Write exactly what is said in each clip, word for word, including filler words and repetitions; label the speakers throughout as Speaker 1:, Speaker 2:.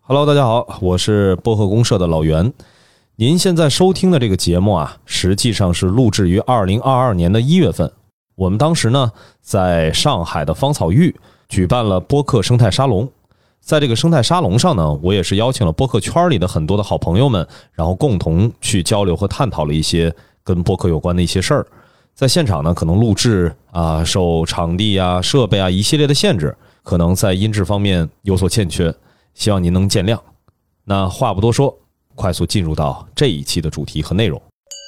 Speaker 1: Hello， 大家好，我是播客公社的老袁。您现在收听的这个节目啊，实际上是录制于二零二二年的一月份。我们当时呢，在上海的芳草玉举办了播客生态沙龙。在这个生态沙龙上呢，我也是邀请了播客圈里的很多的好朋友们，然后共同去交流和探讨了一些跟播客有关的一些事儿。在现场呢，可能录制啊，受场地啊、设备啊一系列的限制，可能在音质方面有所欠缺，希望您能见谅。那话不多说，快速进入到这一期的主题和内容。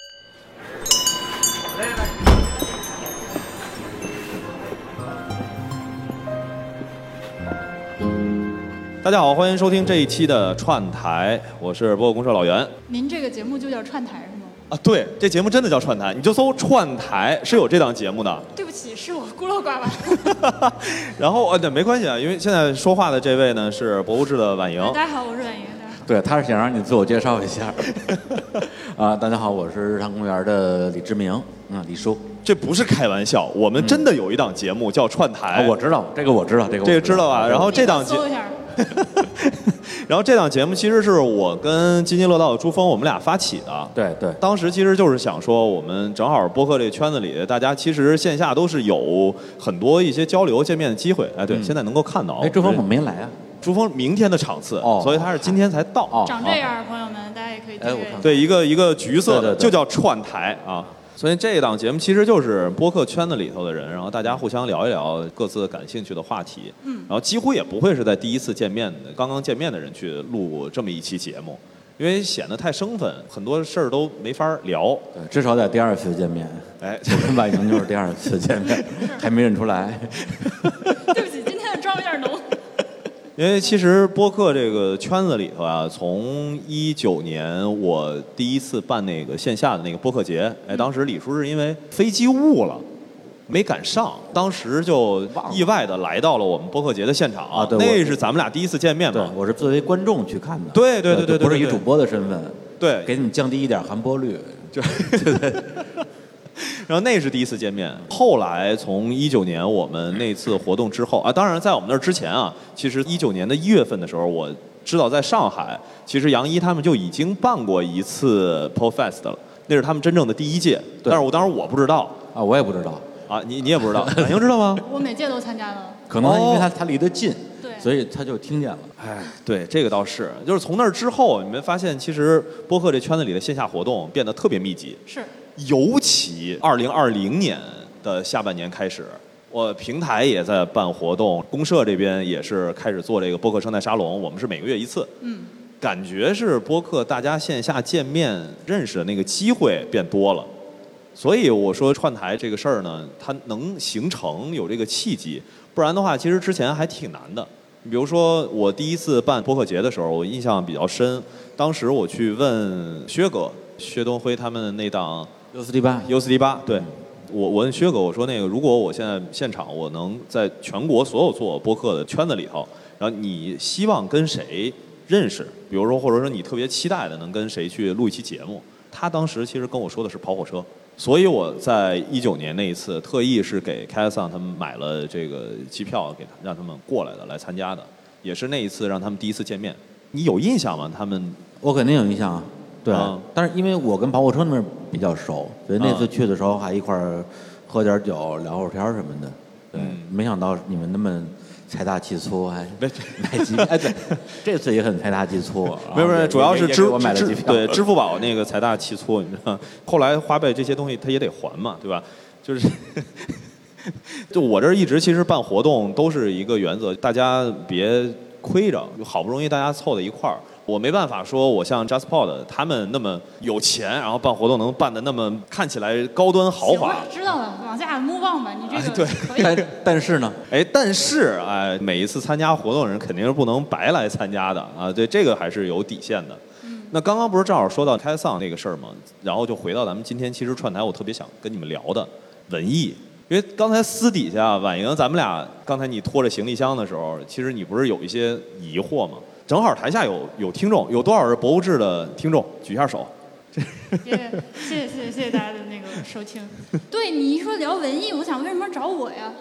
Speaker 1: 大家好，欢迎收听这一期的串台，我是播客公社老袁。
Speaker 2: 您这个节目就叫串台是吗？
Speaker 1: 啊，对，这节目真的叫串台，你就搜串台是有这档节目的。
Speaker 2: 对不起，是我孤陋寡闻。
Speaker 1: 然后呃，对，没关系啊，因为现在说话的这位呢是博物志的婉莹。
Speaker 2: 大家好，我是婉莹。
Speaker 3: 对，他是想让你自我介绍一下。啊，大家好，我是日常公园的李志明，嗯，李叔。
Speaker 1: 这不是开玩笑，我们真的有一档节目叫串台。
Speaker 3: 嗯哦、我知道，这个我知道，这个我知道
Speaker 1: 这个知道吧？然后这档节，然后这档节目其实是我跟津津乐道的朱峰我们俩发起的。
Speaker 3: 对对，
Speaker 1: 当时其实就是想说，我们正好播客这个圈子里，大家其实线下都是有很多一些交流见面的机会。哎，对，嗯、现在能够看到。
Speaker 3: 哎，朱峰怎么没来啊？
Speaker 1: 朱峰明天的场次，哦、所以他是今天才到。
Speaker 2: 哦、长这样，朋友们，大家也可以订阅。
Speaker 1: 对，一个一个橘色的，
Speaker 3: 对对对
Speaker 1: 就叫串台啊。所以这一档节目其实就是播客圈子里头的人，然后大家互相聊一聊各自感兴趣的话题。嗯，然后几乎也不会是在第一次见面的、刚刚见面的人去录这么一期节目，因为显得太生分，很多事儿都没法聊。
Speaker 3: 对，至少得第二次见面。哎，我跟婉莹就是第二次见面，还没认出来。
Speaker 2: 对不起，今天的妆有点浓。
Speaker 1: 因为其实播客这个圈子里头啊，从一九年我第一次办那个线下的那个播客节，哎，当时李叔是因为飞机误了，没赶上，当时就意外的来到了我们播客节的现场
Speaker 3: 啊，对，
Speaker 1: 那是咱们俩第一次见面嘛。
Speaker 3: 对，我是作为观众去看的。
Speaker 1: 对对对对对，
Speaker 3: 不是以主播的身份。
Speaker 1: 对，
Speaker 3: 给你降低一点含播率。
Speaker 1: 就对对。然后那是第一次见面，后来从一九年我们那次活动之后啊，当然在我们那儿之前啊，其实一九年的一月份的时候，我知道在上海，其实杨一他们就已经办过一次 Podfest 了，那是他们真正的第一届，但是我当时我不知道
Speaker 3: 啊，我也不知道
Speaker 1: 啊，你你也不知道，婉莹知道吗？
Speaker 2: 我每届都参加了，
Speaker 3: 可能因为他、哦、他离得近，
Speaker 2: 对，
Speaker 3: 所以他就听见了。
Speaker 1: 哎，对，这个倒是，就是从那儿之后，你们发现其实播客这圈子里的线下活动变得特别密集，
Speaker 2: 是。
Speaker 1: 尤其二零二零年的下半年开始，我平台也在办活动，公社这边也是开始做这个播客生态沙龙，我们是每个月一次。嗯，感觉是播客大家线下见面认识的那个机会变多了，所以我说串台这个事儿呢，它能形成有这个契机，不然的话，其实之前还挺难的。比如说我第一次办播客节的时候，我印象比较深，当时我去问薛哥、薛东辉他们那档。
Speaker 3: U 四 D 八
Speaker 1: U 四 D 八，对，我我问薛哥，我说那个如果我现在现场我能在全国所有做播客的圈子里头，然后你希望跟谁认识？比如说或者说你特别期待的能跟谁去录一期节目？他当时其实跟我说的是跑火车，所以我在一九年那一次特意是给凯桑他们买了这个机票，给他让他们过来的来参加的，也是那一次让他们第一次见面。你有印象吗？他们？
Speaker 3: 我肯定有印象啊。对、
Speaker 1: 嗯，
Speaker 3: 但是因为我跟跑火车那边比较熟，所以那次去的时候还一块儿喝点酒、聊会儿天什么的。对、嗯，没想到你们那么财大气粗，还买机票。哎，对，这次也很财大气粗。
Speaker 1: 没有没有，主要是支
Speaker 3: 我买了机票。
Speaker 1: 对，支付宝那个财大气粗，你知道吗？后来花呗这些东西它也得还嘛，对吧？就是，就我这一直其实办活动都是一个原则，大家别亏着，好不容易大家凑在一块儿。我没办法说，我像 JustPod 他们那么有钱，然后办活动能办得那么看起来高端豪华。
Speaker 2: 知道了，往下 move on 吧，你这个、
Speaker 1: 对。
Speaker 3: 但但是呢，
Speaker 1: 哎，但是哎，每一次参加活动的人肯定是不能白来参加的啊，对，这个还是有底线的。嗯、那刚刚不是正好说到开桑那个事儿吗？然后就回到咱们今天其实串台，我特别想跟你们聊的文艺。因为刚才私底下婉莹，咱们俩刚才你拖着行李箱的时候，其实你不是有一些疑惑吗？正好台下有有听众，有多少是博物志的听众？举一下手。
Speaker 2: 谢谢谢谢谢谢大家的那个收听。对，你一说聊文艺，我想为什么找我呀？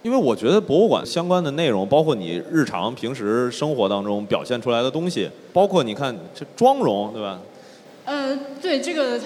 Speaker 1: 因为我觉得博物馆相关的内容，包括你日常平时生活当中表现出来的东西，包括你看这妆容，对吧？
Speaker 2: 呃，对这个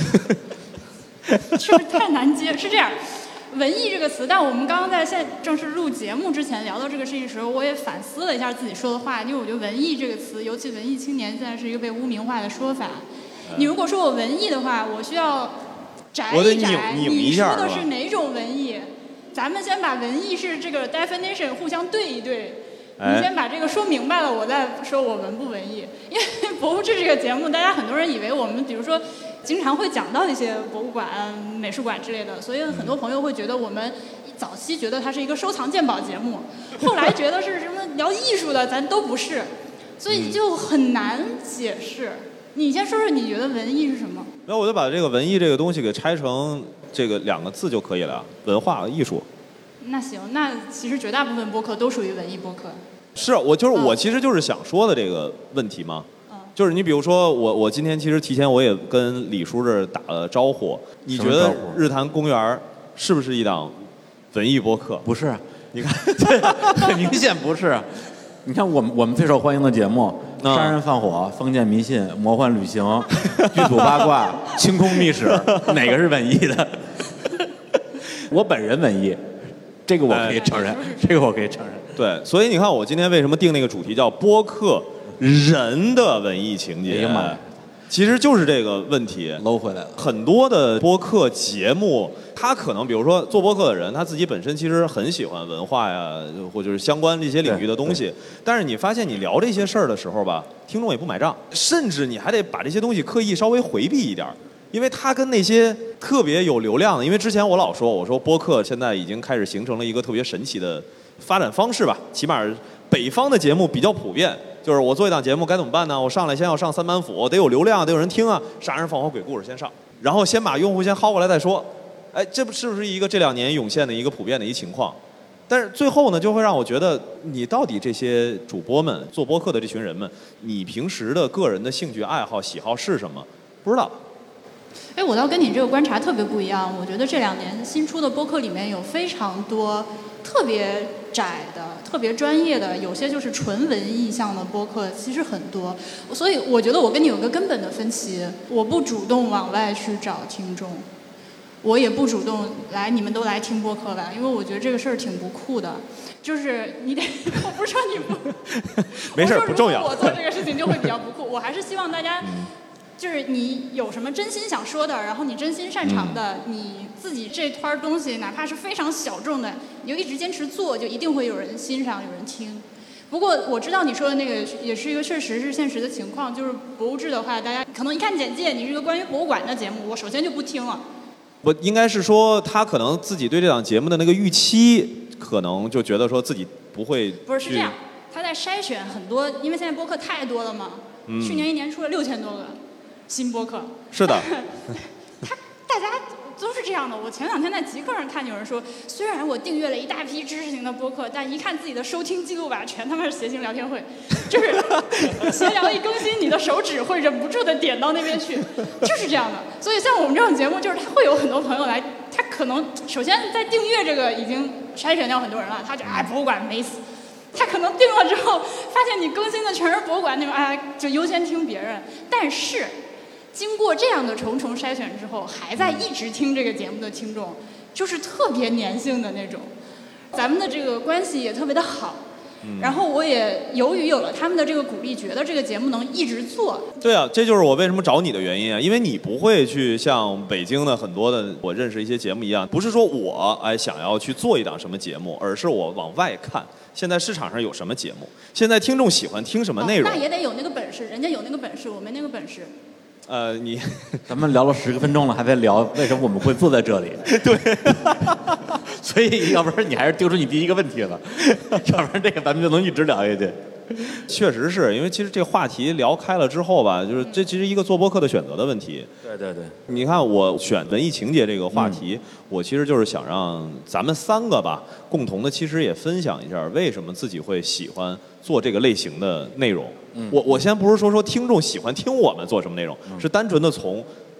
Speaker 2: 是不是太难接？是这样，文艺这个词，但我们刚刚在现正式录节目之前聊到这个事情的时候，我也反思了一下自己说的话，因为我觉得文艺这个词，尤其文艺青年，现在是一个被污名化的说法。你如果说我文艺的话，我需要摘一摘，你说的是哪种文艺？咱们先把文艺是这个 definition 互相对一对，你先把这个说明白了，我再说我文不文艺。因为博物志这个节目，大家很多人以为我们比如说经常会讲到一些博物馆、美术馆之类的，所以很多朋友会觉得我们早期觉得它是一个收藏鉴宝节目，后来觉得是什么聊艺术的，咱都不是，所以就很难解释。你先说说你觉得文艺是什么？
Speaker 1: 那我就把这个文艺这个东西给拆成这个两个字就可以了，文化和艺术。
Speaker 2: 那行，那其实绝大部分播客都属于文艺播客。
Speaker 1: 是，我就是、嗯、我其实就是想说的这个问题嘛。嗯、就是你比如说我我今天其实提前我也跟李叔这打了招呼，你觉得日坛公园是不是一档文艺播客？
Speaker 3: 不是，
Speaker 1: 你看，
Speaker 3: 很明显不是。你看我们我们最受欢迎的节目。杀人放火、封建迷信、魔幻旅行、剧组八卦、清空秘史，哪个是文艺的？我本人文艺，这个我可以承认，这个我可以承认。
Speaker 1: 对，所以你看我今天为什么定那个主题叫播客人的文艺情节？
Speaker 3: 哎、
Speaker 1: 其实就是这个问题
Speaker 3: 搂回来了。
Speaker 1: 很多的播客节目，他可能比如说做播客的人，他自己本身其实很喜欢文化呀，或者是相关这些领域的东西。但是你发现你聊这些事儿的时候吧，听众也不买账，甚至你还得把这些东西刻意稍微回避一点，因为它跟那些特别有流量的，因为之前我老说，我说播客现在已经开始形成了一个特别神奇的发展方式吧，起码北方的节目比较普遍。就是我做一档节目该怎么办呢？我上来先要上三板斧，得有流量，得有人听啊，杀人放火鬼故事先上，然后先把用户先薅过来再说。哎，这不是不是一个这两年涌现的一个普遍的一情况？但是最后呢，就会让我觉得，你到底这些主播们做播客的这群人们，你平时的个人的兴趣爱好喜好是什么？不知道。
Speaker 2: 哎，我倒跟你这个观察特别不一样。我觉得这两年新出的播客里面有非常多特别窄的、特别专业的，有些就是纯文艺向的播客，其实很多。所以我觉得我跟你有个根本的分歧，我不主动往外去找听众。我也不主动来，你们都来听播客吧，因为我觉得这个事儿挺不酷的。就是你得，我不是说你不，
Speaker 1: 没事，不重要。
Speaker 2: 我做这个事情就会比较不酷。我还是希望大家，就是你有什么真心想说的，然后你真心擅长的，嗯、你自己这摊东西，哪怕是非常小众的，你就一直坚持做，就一定会有人欣赏，有人听。不过我知道你说的那个也是一个确实是现实的情况，就是博物志的话，大家可能一看简介，你是一个关于博物馆的节目，我首先就不听了。
Speaker 1: 我应该是说，他可能自己对这档节目的那个预期，可能就觉得说自己不会。
Speaker 2: 不是是这样，他在筛选很多，因为现在播客太多了嘛。嗯。去年一年出了六千多个新播客。
Speaker 1: 是的。
Speaker 2: 他大家都是这样的。我前两天在极客上看有人说，虽然我订阅了一大批知识型的播客，但一看自己的收听记录吧，全他妈是谐星聊天会，就是闲聊一更新，你的手指会忍不住的点到那边去，就是这样的。所以像我们这种节目，就是他会有很多朋友来，他可能首先在订阅这个已经筛选掉很多人了，他就哎博物馆没死，他可能订了之后发现你更新的全是博物馆那种，哎就优先听别人。但是经过这样的重重筛选之后，还在一直听这个节目的听众，就是特别粘性的那种，咱们的这个关系也特别的好。然后我也由于有了他们的这个鼓励，觉得这个节目能一直做。
Speaker 1: 对啊，这就是我为什么找你的原因啊，因为你不会去像北京的很多的我认识一些节目一样，不是说我哎想要去做一档什么节目，而是我往外看，现在市场上有什么节目，现在听众喜欢听什么内容。
Speaker 2: 哦、那也得有那个本事，人家有那个本事，我没那个本事。
Speaker 1: 呃，你
Speaker 3: 咱们聊了十个分钟了，还在聊为什么我们会坐在这里？
Speaker 1: 对，
Speaker 3: 所以要不然你还是丢出你第一个问题了，要不然这个咱们就能一直聊下去。
Speaker 1: 确实是因为其实这个话题聊开了之后吧，就是这其实一个做播客的选择的问题。
Speaker 3: 对对对，
Speaker 1: 你看我选文艺情节这个话题，嗯、我其实就是想让咱们三个吧，共同的其实也分享一下为什么自己会喜欢做这个类型的内容。嗯、我我先不是说说听众喜欢听我们做什么内容，嗯、是单纯的从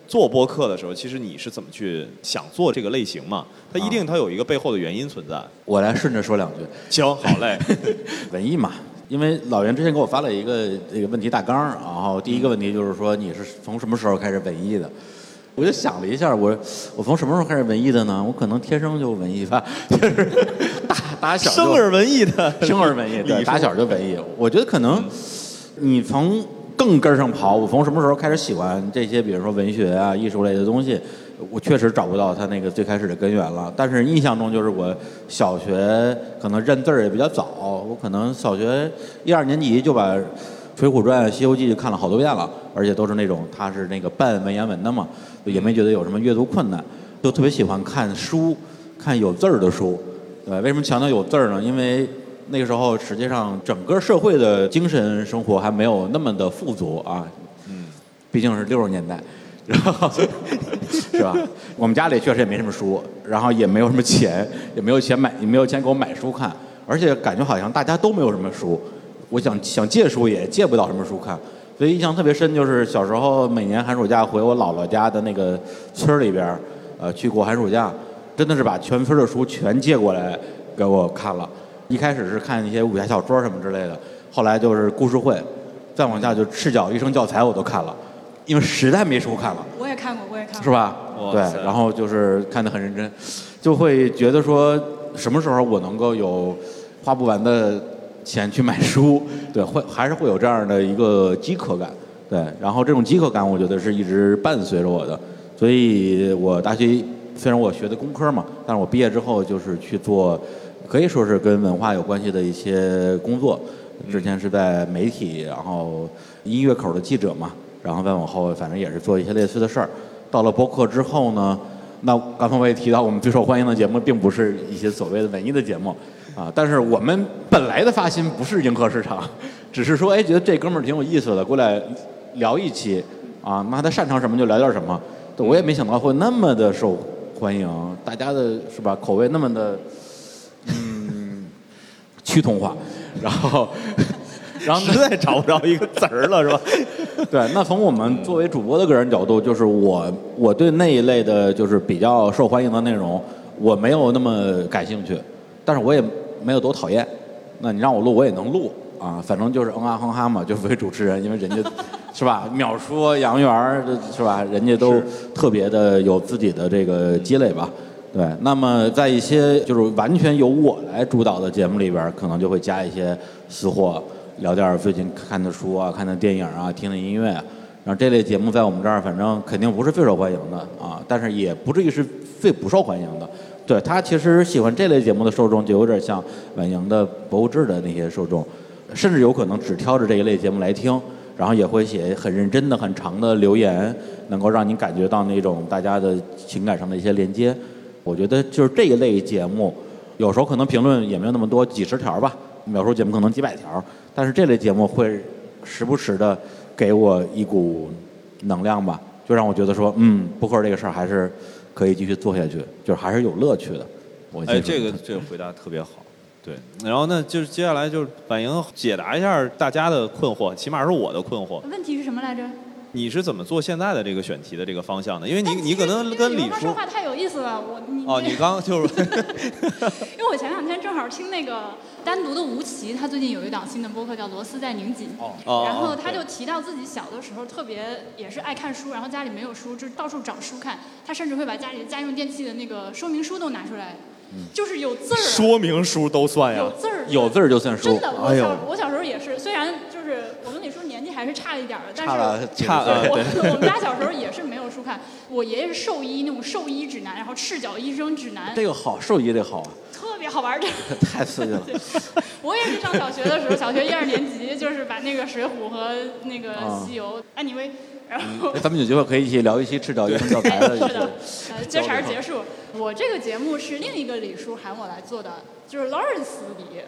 Speaker 4: 做播客的时候，其实你是怎么去想做这个类型嘛？它一定它有一个背后的原因存在。
Speaker 3: 我来顺着说两句。
Speaker 4: 行，好嘞。
Speaker 3: 文艺嘛，因为老袁之前给我发了一个这个问题大纲，然后第一个问题就是说你是从什么时候开始文艺的？我就想了一下，我我从什么时候开始文艺的呢？我可能天生就文艺吧，就是打打小
Speaker 4: 生而文艺的，
Speaker 3: 生而文艺，对，打小就文艺。我觉得可能你从更根上刨，我从什么时候开始喜欢这些，比如说文学啊、艺术类的东西，我确实找不到它那个最开始的根源了。但是印象中就是我小学可能认字儿也比较早，我可能小学一二年级就把《水浒传》《西游记》就看了好多遍了，而且都是那种它是那个半文言文的嘛，也没觉得有什么阅读困难，就特别喜欢看书，看有字儿的书。对，为什么强调有字儿呢？因为那个时候实际上整个社会的精神生活还没有那么的富足啊，嗯，毕竟是六十年代，然后是吧？我们家里确实也没什么书，然后也没有什么钱，也没有钱买，也没有钱给我买书看，而且感觉好像大家都没有什么书。我想想借书也借不到什么书看，所以印象特别深，就是小时候每年寒暑假回我姥姥家的那个村里边，呃，去过寒暑假，真的是把全村的书全借过来给我看了。一开始是看一些武侠小说什么之类的，后来就是故事会，再往下就赤脚医生教材我都看了，因为实在没书看了。
Speaker 2: 我也看过，我也看过，
Speaker 3: 是吧？对，然后就是看得很认真，就会觉得说什么时候我能够有花不完的钱去买书，对，会还是会有这样的一个饥渴感，对，然后这种饥渴感，我觉得是一直伴随着我的，所以我大学虽然我学的工科嘛，但是我毕业之后就是去做，可以说是跟文化有关系的一些工作，之前是在媒体，然后音乐口的记者嘛，然后再往后反正也是做一些类似的事儿，到了播客之后呢，那刚才我也提到，我们最受欢迎的节目并不是一些所谓的文艺的节目。啊，但是我们本来的发心不是迎合市场，只是说，哎，觉得这哥们儿挺有意思的，过来聊一期，啊，那他擅长什么就聊点什么。我也没想到会那么的受欢迎，大家的是吧？口味那么的，嗯，趋同化，然后，然后
Speaker 4: 实在找不着一个词儿了，是吧？
Speaker 3: 对，那从我们作为主播的个人角度，就是我我对那一类的，就是比较受欢迎的内容，我没有那么感兴趣，但是我也没有多讨厌。那你让我录，我也能录啊，反正就是嗯啊哼哈嘛，就作为主持人，因为人家是吧，淼叔、杨元是吧，人家都特别的有自己的这个积累吧。对，那么在一些就是完全由我来主导的节目里边，可能就会加一些私货，聊点最近看的书啊、看的电影啊、听的音乐。然后这类节目在我们这儿，反正肯定不是最受欢迎的啊，但是也不至于是最不受欢迎的。对，他其实喜欢这类节目的受众，就有点像晚营的博物志的那些受众，甚至有可能只挑着这一类节目来听，然后也会写很认真的、很长的留言，能够让你感觉到那种大家的情感上的一些连接。我觉得就是这一类节目，有时候可能评论也没有那么多，几十条吧，有时候节目可能几百条，但是这类节目会时不时的给我一股能量吧，就让我觉得说，嗯，播客这个事儿还是可以继续做下去，就是还是有乐趣的。我
Speaker 4: 哎，这个这个回答特别好。对，然后呢，就是接下来就是反映解答一下大家的困惑，起码是我的困惑。
Speaker 2: 问题是什么来着？
Speaker 4: 你是怎么做现在的这个选题的这个方向的？因为你你可能跟李叔
Speaker 2: 说话太有意思了，我你
Speaker 4: 哦，你刚就是，
Speaker 2: 因为我前两天正好听那个单独的吴奇，他最近有一档新的播客叫《螺丝在拧紧》，
Speaker 4: 哦，
Speaker 2: 然后他就提到自己小的时候特别也是爱看书，然后家里没有书，就到处找书看，他甚至会把家里的家用电器的那个说明书都拿出来。就是有字儿，
Speaker 4: 说明书都算呀，
Speaker 2: 有字儿，
Speaker 3: 有字儿就算书。
Speaker 2: 真的，我小我小时候也是，虽然就是我跟你说年纪还是差一点的，但是
Speaker 3: 差了，
Speaker 2: 我我们家小时候也是没有书看。我爷爷是兽医，那种兽医指南，然后赤脚医生指南。
Speaker 3: 这个好，兽医这好啊，
Speaker 2: 特别好玩这个。
Speaker 3: 太刺激了。
Speaker 2: 我也是上小学的时候，小学一二年级，就是把那个《水浒》和那个《西游》安妮薇。然后
Speaker 3: 咱们有机会可以一起聊一期赤脚医生教材的。
Speaker 2: 是的，呃，接茬结束。我这个节目是另一个李叔喊我来做的，就是 Lawrence 李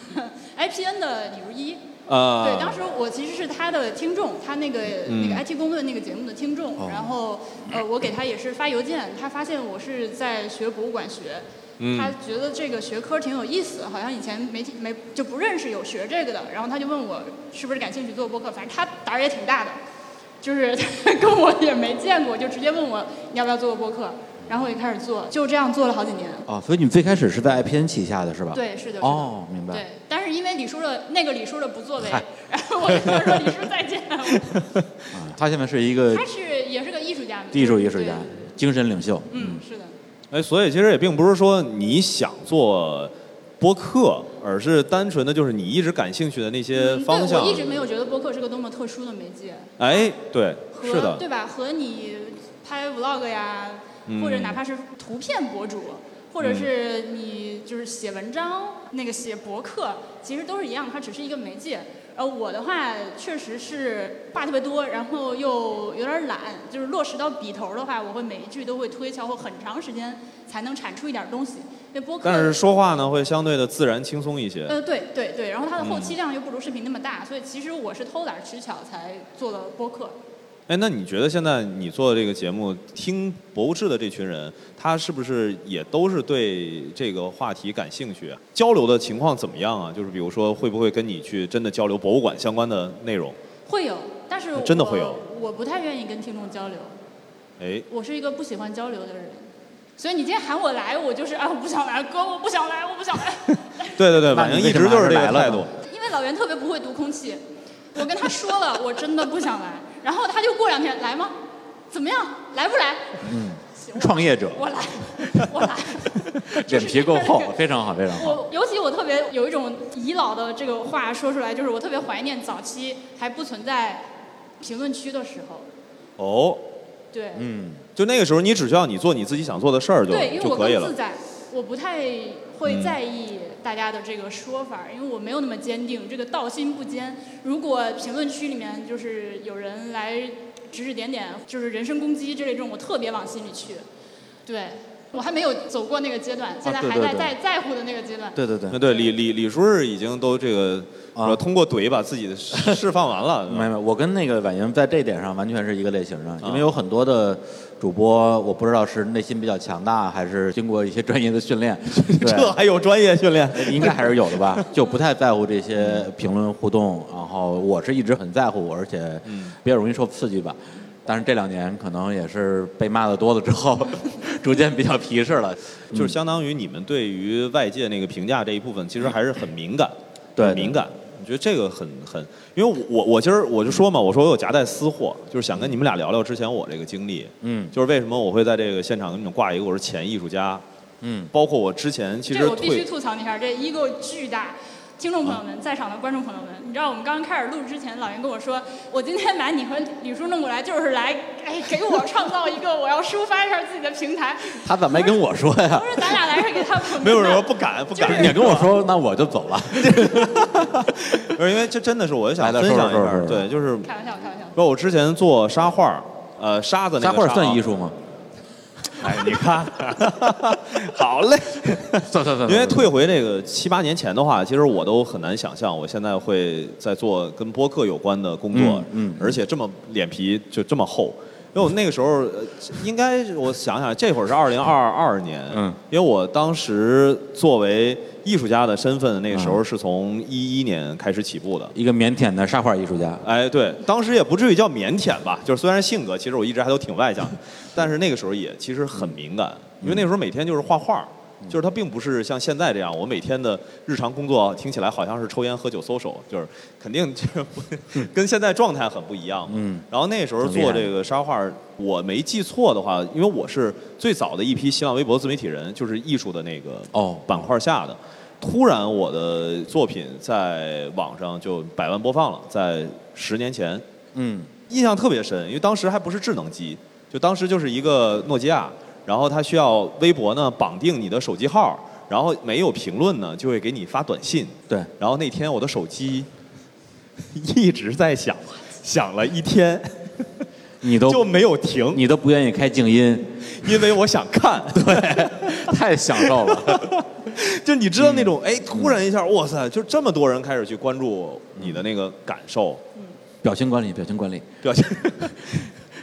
Speaker 2: ，I P N 的李如一。
Speaker 4: 啊。
Speaker 2: 对，当时我其实是他的听众，他那个、嗯、那个 I T 公论那个节目的听众，
Speaker 3: 哦、
Speaker 2: 然后呃，我给他也是发邮件，他发现我是在学博物馆学。
Speaker 4: 嗯、
Speaker 2: 他觉得这个学科挺有意思，好像以前没没就不认识有学这个的，然后他就问我是不是感兴趣做播客，反正他胆儿也挺大的。 就是跟我也没见过，就直接问我你要不要做个播客，然后我就开始做，就这样做了好几年。
Speaker 3: 哦，所以你们最开始是在 I P N 旗下的是吧？
Speaker 2: 对，是的。是的
Speaker 3: 哦，明白。
Speaker 2: 对，但是因为李叔的那个李叔的不作为，然后我就跟他说李叔再见。
Speaker 3: 啊，他现在是一个，
Speaker 2: 他是也是个艺术家，
Speaker 3: 艺术艺术家，精神领袖。
Speaker 2: 嗯，是的。
Speaker 4: 哎，所以其实也并不是说你想做播客，而是单纯的就是你一直感兴趣的那些方向。
Speaker 2: 嗯、对，我一直没有觉得播客是个多么特殊的媒介。
Speaker 4: 哎，对，是的，
Speaker 2: 对吧？和你拍 vlog 呀，嗯、或者哪怕是图片博主，或者是你就是写文章、嗯、那个写博客，其实都是一样，它只是一个媒介。呃，我的话确实是话特别多，然后又有点懒，就是落实到笔头的话，我会每一句都会推敲，或很长时间才能产出一点东西。因为播客，
Speaker 4: 但是说话呢会相对的自然轻松一些。
Speaker 2: 呃，对对对，然后它的后期量又不如视频那么大，嗯、所以其实我是偷懒取巧才做了播客。
Speaker 4: 哎，那你觉得现在你做的这个节目，听博物志的这群人，他是不是也都是对这个话题感兴趣啊？交流的情况怎么样啊？就是比如说，会不会跟你去真的交流博物馆相关的内容？
Speaker 2: 会有，但是
Speaker 4: 真的会有。
Speaker 2: 我不太愿意跟听众交流。
Speaker 4: 哎，
Speaker 2: 我是一个不喜欢交流的人，所以你今天喊我来，我就是啊，我不想来，哥，我不想来，我不想来。
Speaker 4: 对对对，婉莹一直就是这个态度。
Speaker 2: 因为老袁特别不会读空气，我跟他说了，我真的不想来。然后他就过两天来吗？怎么样？来不来？
Speaker 3: 嗯，创业者，
Speaker 2: 我来，我来。
Speaker 3: 脸皮够厚，非常好，非常好。
Speaker 2: 我尤其我特别有一种遗老的这个话说出来，就是我特别怀念早期还不存在评论区的时候。
Speaker 4: 哦。
Speaker 2: 对。
Speaker 4: 嗯，就那个时候，你只需要你做你自己想做的事儿就
Speaker 2: 对，因为我
Speaker 4: 更
Speaker 2: 自在，我不太会在意大家的这个说法，因为我没有那么坚定，这个道心不坚。如果评论区里面就是有人来指指点点，就是人身攻击之类这种，我特别往心里去。对，我还没有走过那个阶段，现在还在在在乎的那个阶段。
Speaker 3: 对对对。
Speaker 4: 对对，李李李叔是已经都这个啊，通过怼把自己的释放完了。
Speaker 3: 没没，我跟那个婉莹在这一点上完全是一个类型上，因为有很多的主播，我不知道是内心比较强大，还是经过一些专业的训练。
Speaker 4: 这还有专业训练？
Speaker 3: 应该还是有的吧，就不太在乎这些评论互动。然后我是一直很在乎，而且比较容易受刺激吧。但是这两年可能也是被骂的多了之后，逐渐比较皮实了。
Speaker 4: 就是相当于你们对于外界那个评价这一部分，其实还是很敏感，
Speaker 3: 对，
Speaker 4: 敏感。我觉得这个很很，因为我我今儿我就说嘛，我说我有夹带私货，就是想跟你们俩聊聊之前我这个经历。
Speaker 3: 嗯，
Speaker 4: 就是为什么我会在这个现场给你们挂一个我是前艺术家。
Speaker 3: 嗯，
Speaker 4: 包括我之前其实
Speaker 2: 这我必须吐槽一下，这一个巨大。听众朋友们，在场的观众朋友们，你知道我们刚刚开始录之前，老袁跟我说，我今天把你和李叔弄过来，就是来哎给我创造一个我要抒发一下自己的平台。
Speaker 3: 他怎么没跟我说呀？
Speaker 2: 不是，咱俩来是给他捧。
Speaker 4: 没有什么不敢不敢。
Speaker 2: 就是、
Speaker 3: 你跟我说，那我就走了。
Speaker 4: 不是因为这真的是我想分享一下，对，就是
Speaker 2: 开玩笑开玩笑。
Speaker 4: 说我之前做沙画，呃，沙子那个
Speaker 3: 沙画算艺术吗？
Speaker 4: 哎，你看，好嘞，
Speaker 3: 算算算。
Speaker 4: 因为退回那个七八年前的话，其实我都很难想象，我现在会在做跟播客有关的工作，
Speaker 3: 嗯，嗯
Speaker 4: 而且这么脸皮就这么厚。因为我那个时候，应该我想想，这会儿是二零二二年，
Speaker 3: 嗯，
Speaker 4: 因为我当时作为艺术家的身份，那个时候是从一一年开始起步的，
Speaker 3: 一个腼腆的沙画艺术家。
Speaker 4: 哎，对，当时也不至于叫腼腆吧，就是虽然性格其实我一直还都挺外向，但是那个时候也其实很敏感，因为那个时候每天就是画画。就是它并不是像现在这样，我每天的日常工作听起来好像是抽烟喝酒搜手，就是肯定就是不跟现在状态很不一样。
Speaker 3: 嗯。
Speaker 4: 然后那时候做这个沙画，我没记错的话，因为我是最早的一批新浪微博自媒体人，就是艺术的那个
Speaker 3: 哦
Speaker 4: 板块下的。突然我的作品在网上就百万播放了，在十年前。
Speaker 3: 嗯。
Speaker 4: 印象特别深，因为当时还不是智能机，就当时就是一个诺基亚。然后他需要微博呢绑定你的手机号，然后没有评论呢就会给你发短信。
Speaker 3: 对。
Speaker 4: 然后那天我的手机一直在响，响了一天，
Speaker 3: 你都
Speaker 4: 就没有停，
Speaker 3: 你都不愿意开静音，
Speaker 4: 因为我想看。
Speaker 3: 对，太享受了。
Speaker 4: 就你知道那种，哎、嗯，突然一下，哇塞，就这么多人开始去关注你的那个感受。
Speaker 3: 嗯。表情管理，表情管理，
Speaker 4: 表情。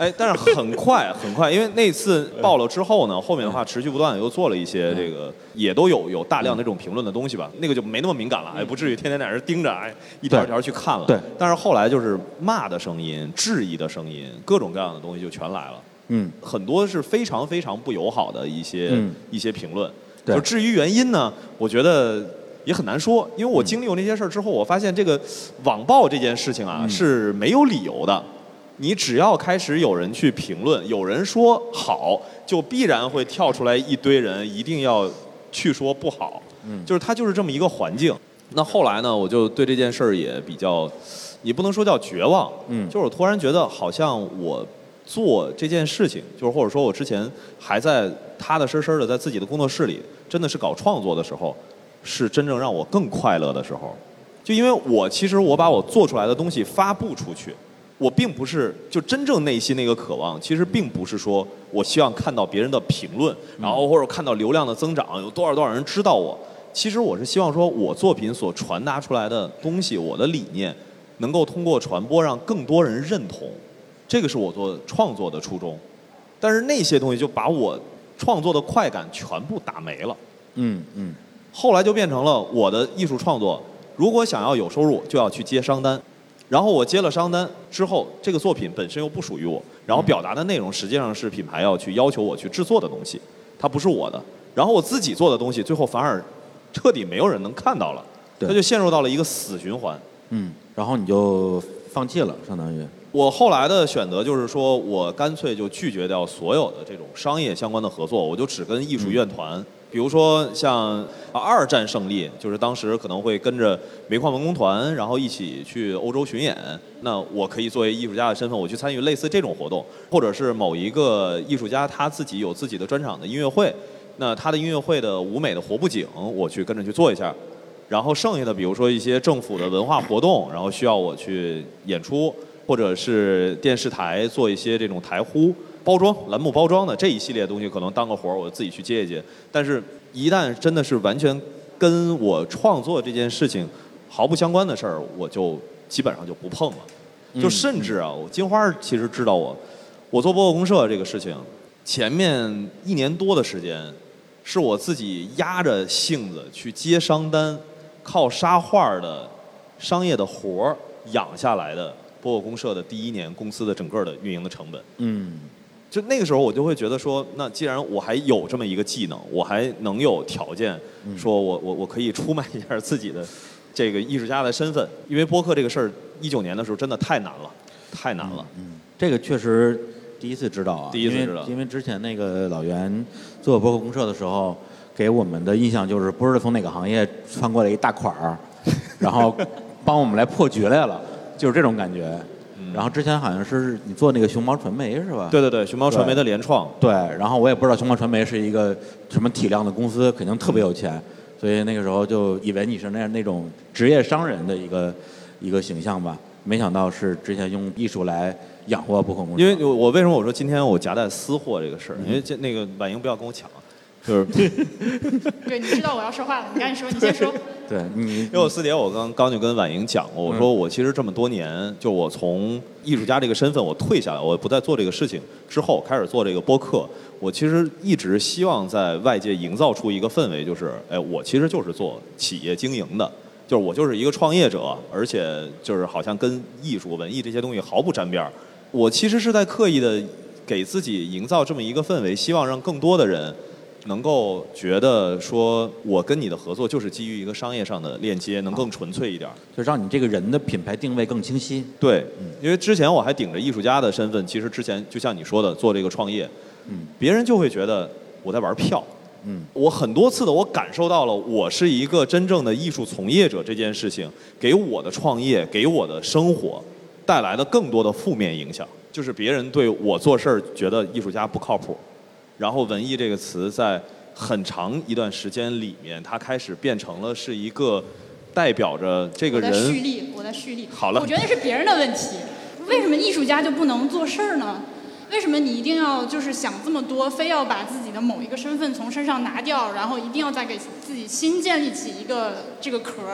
Speaker 4: 哎，但是很快很快，因为那次爆了之后呢，后面的话持续不断又做了一些这个，也都有有大量的这种评论的东西吧，那个就没那么敏感了，哎，不至于天天在那盯着，哎，一条一条去看了。
Speaker 3: 对。
Speaker 4: 但是后来就是骂的声音、质疑的声音，各种各样的东西就全来了。
Speaker 3: 嗯。
Speaker 4: 很多是非常非常不友好的一些、嗯、一些评论。
Speaker 3: 对。
Speaker 4: 就至于原因呢，我觉得也很难说，因为我经历过那些事儿之后，我发现这个网暴这件事情啊、嗯、是没有理由的。你只要开始有人去评论，有人说好，就必然会跳出来一堆人一定要去说不好。嗯，就是它就是这么一个环境。那后来呢，我就对这件事儿也比较，也不能说叫绝望。嗯，就是我突然觉得，好像我做这件事情，就是或者说我之前还在踏踏实实的在自己的工作室里，真的是搞创作的时候，是真正让我更快乐的时候。就因为我其实我把我做出来的东西发布出去。我并不是就真正内心那个渴望，其实并不是说我希望看到别人的评论，然后或者看到流量的增长，有多少多少人知道我。其实我是希望说我作品所传达出来的东西，我的理念能够通过传播让更多人认同，这个是我做创作的初衷。但是那些东西就把我创作的快感全部打没了。嗯嗯。后来就变成了我的艺术创作，如果想要有收入，就要去接商单。然后我接了商单之后，这个作品本身又不属于我，然后表达的内容实际上是品牌要去要求我去制作的东西，它不是我的。然后我自己做的东西，最后反而彻底没有人能看到了，它就陷入到了一个死循环。
Speaker 3: 嗯，然后你就放弃了，相当于。
Speaker 4: 我后来的选择就是说，我干脆就拒绝掉所有的这种商业相关的合作，我就只跟艺术乐团。嗯，比如说像二战胜利，就是当时可能会跟着煤矿文工团，然后一起去欧洲巡演。那我可以作为艺术家的身份，我去参与类似这种活动，或者是某一个艺术家他自己有自己的专场的音乐会，那他的音乐会的舞美的活布景，我去跟着去做一下。然后剩下的，比如说一些政府的文化活动，然后需要我去演出，或者是电视台做一些这种台呼。包装栏目包装的这一系列东西，可能当个活儿我自己去接一接。但是，一旦真的是完全跟我创作这件事情毫不相关的事儿，我就基本上就不碰了。就甚至啊，我金花其实知道我，我做播客公社这个事情，前面一年多的时间，是我自己压着性子去接商单，靠沙画的商业的活儿养下来的播客公社的第一年公司的整个的运营的成本。嗯。就那个时候，我就会觉得说，那既然我还有这么一个技能，我还能有条件，说我我我可以出卖一下自己的这个艺术家的身份，因为播客这个事儿，一九年的时候真的太难了，太难了。
Speaker 3: 嗯，嗯这个确实第一次知道啊，
Speaker 4: 第一次知道，
Speaker 3: 因为因为之前那个老袁做播客公社的时候，给我们的印象就是不知道从哪个行业穿过来一大款儿，然后帮我们来破局来了，就是这种感觉。然后之前好像是你做那个熊猫传媒是吧？
Speaker 4: 对对对，熊猫传媒的联创。
Speaker 3: 对，然后我也不知道熊猫传媒是一个什么体量的公司，肯定特别有钱，所以那个时候就以为你是那样那种职业商人的一个一个形象吧，没想到是之前用艺术来养活播客公司。
Speaker 4: 因为我为什么我说今天我夹带私货这个事儿？因为这那个婉莹不要跟我抢。就是
Speaker 2: 对，你知道我要说话了，你赶紧说，你先说。
Speaker 3: 对你，
Speaker 4: 因为我私底下我刚刚就跟婉莹讲过，我说我其实这么多年，就我从艺术家这个身份我退下来，我不再做这个事情之后，开始做这个播客，我其实一直希望在外界营造出一个氛围，就是哎，我其实就是做企业经营的，就是我就是一个创业者，而且就是好像跟艺术、文艺这些东西毫不沾边儿。我其实是在刻意的给自己营造这么一个氛围，希望让更多的人能够觉得说我跟你的合作就是基于一个商业上的链接，能更纯粹一点，
Speaker 3: 就让你这个人的品牌定位更清晰。
Speaker 4: 对，嗯，因为之前我还顶着艺术家的身份，其实之前就像你说的做这个创业，嗯，别人就会觉得我在玩票。嗯，我很多次的我感受到了我是一个真正的艺术从业者这件事情给我的创业给我的生活带来的更多的负面影响，就是别人对我做事儿觉得艺术家不靠谱。然后文艺这个词在很长一段时间里面，它开始变成了是一个代表着这个人。
Speaker 2: 我在蓄力，我在蓄力。
Speaker 4: 好了，
Speaker 2: 我觉得那是别人的问题。为什么艺术家就不能做事儿呢？为什么你一定要就是想这么多，非要把自己的某一个身份从身上拿掉，然后一定要再给自己新建立起一个这个壳儿？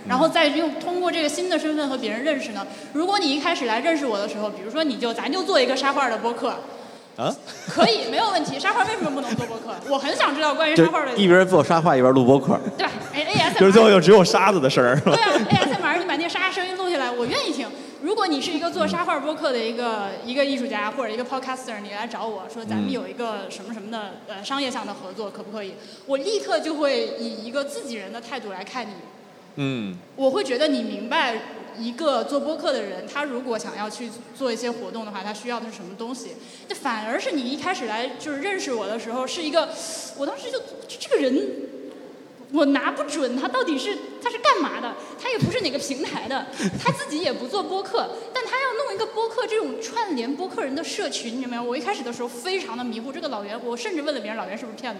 Speaker 2: 然后再用通过这个新的身份和别人认识呢？如果你一开始来认识我的时候，比如说你就咱就做一个沙画的播客。
Speaker 4: 啊，
Speaker 2: 可以，没有问题。沙画为什么不能做播客？我很想知道关于沙画的。
Speaker 3: 一边做沙画一边录播客。
Speaker 2: 对吧？哎 ，A S M R
Speaker 4: 就是最后就只有沙子的声儿。对
Speaker 2: 啊 ，A S M R 你把那个沙声音录下来，我愿意听。如果你是一个做沙画播客的一个一个艺术家或者一个 podcaster， 你来找我说咱们有一个什么什么的呃商业上的合作，可不可以？我立刻就会以一个自己人的态度来看你。
Speaker 4: 嗯，
Speaker 2: 我会觉得你明白一个做播客的人，他如果想要去做一些活动的话，他需要的是什么东西。这反而是你一开始来就是认识我的时候，是一个，我当时就就这个人，我拿不准他到底是他是干嘛的，他也不是哪个平台的，他自己也不做播客，但他要弄一个播客这种串联播客人的社群，你知道没有？我一开始的时候非常的迷糊，这个老袁，我甚至问了别人老袁是不是骗子。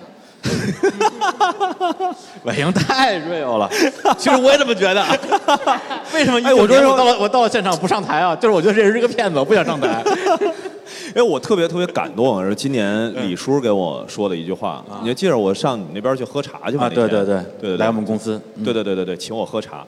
Speaker 3: 婉莹太 real 了，其实我也这么觉得。为什么？
Speaker 4: 哎，我说
Speaker 3: 我到了我到了现场不上台啊，就是我觉得这人是个骗子，我不想上台。
Speaker 4: 因为我特别特别感动，是今年李叔给我说的一句话，
Speaker 3: 啊、
Speaker 4: 你还记得我上你那边去喝茶去吗？
Speaker 3: 啊，对对对
Speaker 4: 对对，
Speaker 3: 来我们公司，
Speaker 4: 嗯、对对对对对，请我喝茶。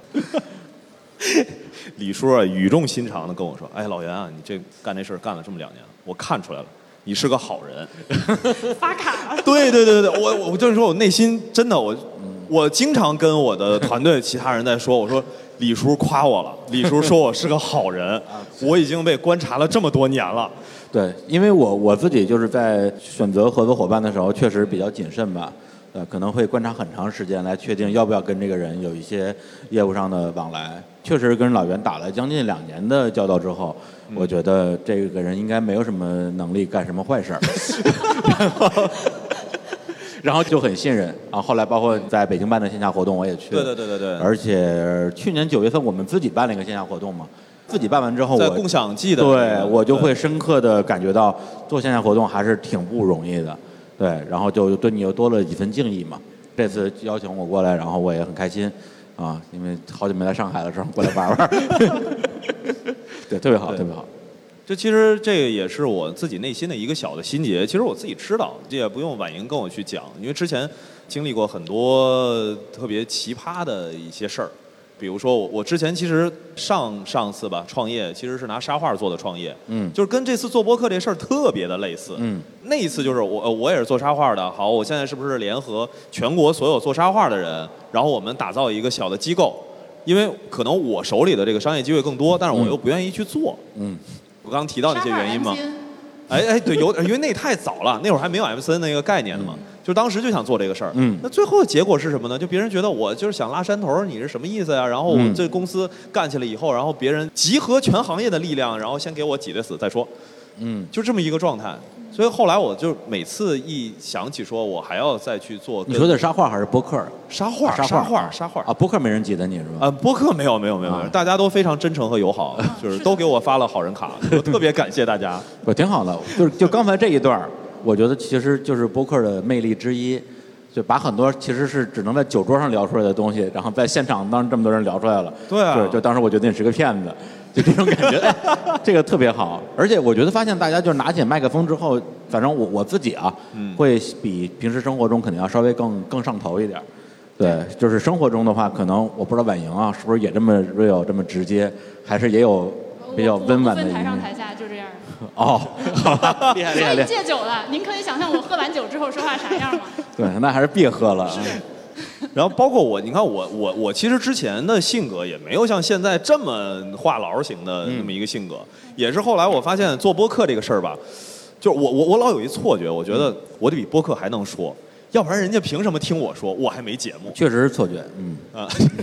Speaker 4: 李叔啊，语重心长的跟我说：“哎，老袁啊，你这干这事干了这么两年，我看出来了，你是个好人。”
Speaker 2: 发卡了。
Speaker 4: 对对对对，我我就是说我内心真的我，我经常跟我的团队其他人在说，我说李叔夸我了，李叔说我是个好人，我已经被观察了这么多年了。
Speaker 3: 对，因为我我自己就是在选择合作伙伴的时候，确实比较谨慎吧，呃，可能会观察很长时间来确定要不要跟这个人有一些业务上的往来。确实跟老袁打了将近两年的交道之后，嗯、我觉得这个人应该没有什么能力干什么坏事儿，然后然后就很信任。然后后来包括在北京办的线下活动我也去了，
Speaker 4: 对对对对对，
Speaker 3: 而且去年九月份我们自己办了一个线下活动嘛。自己办完之后我，
Speaker 4: 在共享季的、那
Speaker 3: 个，对我就会
Speaker 4: 对
Speaker 3: 深刻的感觉到做线下活动还是挺不容易的，对，然后就对你又多了几分敬意嘛。这次邀请我过来，然后我也很开心，啊，因为好久没来上海了，正好过来玩玩。对，特别好，特别好。
Speaker 4: 这其实这个也是我自己内心的一个小的心结，其实我自己知道，这也不用婉莹跟我去讲，因为之前经历过很多特别奇葩的一些事儿。比如说我我之前其实上上次吧创业其实是拿沙画做的创业，
Speaker 3: 嗯，
Speaker 4: 就是跟这次做播客这事儿特别的类似，
Speaker 3: 嗯，
Speaker 4: 那一次就是我我也是做沙画的，好，我现在是不是联合全国所有做沙画的人，然后我们打造一个小的机构，因为可能我手里的这个商业机会更多，但是我又不愿意去做，
Speaker 3: 嗯，
Speaker 4: 我刚刚提到那些原因嘛，哎哎对，有因为那太早了，那会儿还没有 M C N 那个概念呢嘛。嗯，就当时就想做这个事儿，
Speaker 3: 嗯，
Speaker 4: 那最后的结果是什么呢？就别人觉得我就是想拉山头，你是什么意思呀？然后我们这公司干起来以后，然后别人集合全行业的力量，然后先给我挤得死再说，
Speaker 3: 嗯，
Speaker 4: 就这么一个状态。所以后来我就每次一想起说我还要再去做，
Speaker 3: 你说的沙画还是播客？
Speaker 4: 沙画，
Speaker 3: 沙
Speaker 4: 画，沙画，沙画
Speaker 3: 啊，播客没人挤得你是吧？
Speaker 4: 啊，播客没有没有没有，啊、大家都非常真诚和友好，啊、就是都给我发了好人卡，我特别感谢大家。
Speaker 3: 我挺好的，就是就刚才这一段，我觉得其实就是播客的魅力之一。就把很多其实是只能在酒桌上聊出来的东西，然后在现场当这么多人聊出来了。
Speaker 4: 对啊，
Speaker 3: 就当时我觉得你是个骗子，就这种感觉，哎，这个特别好。而且我觉得发现大家就是拿起麦克风之后，反正我我自己啊，嗯、会比平时生活中肯定要稍微更更上头一点。对，就是生活中的话，可能我不知道婉莹啊是不是也这么 real 这么直接，还是也有比较温婉的一面。
Speaker 2: 台上台下就这样。
Speaker 3: 哦，好吧，厉害厉害厉害！
Speaker 2: 戒酒了，您可以想象我喝完酒之后说话啥样吗？
Speaker 3: 对，那还是别喝了。
Speaker 4: 然后包括我，你看我我我其实之前的性格也没有像现在这么话痨型的那么一个性格，嗯、也是后来我发现做播客这个事儿吧，就是我我我老有一错觉，我觉得我得比播客还能说，要不然人家凭什么听我说？我还没节目。
Speaker 3: 确实是错觉，嗯啊。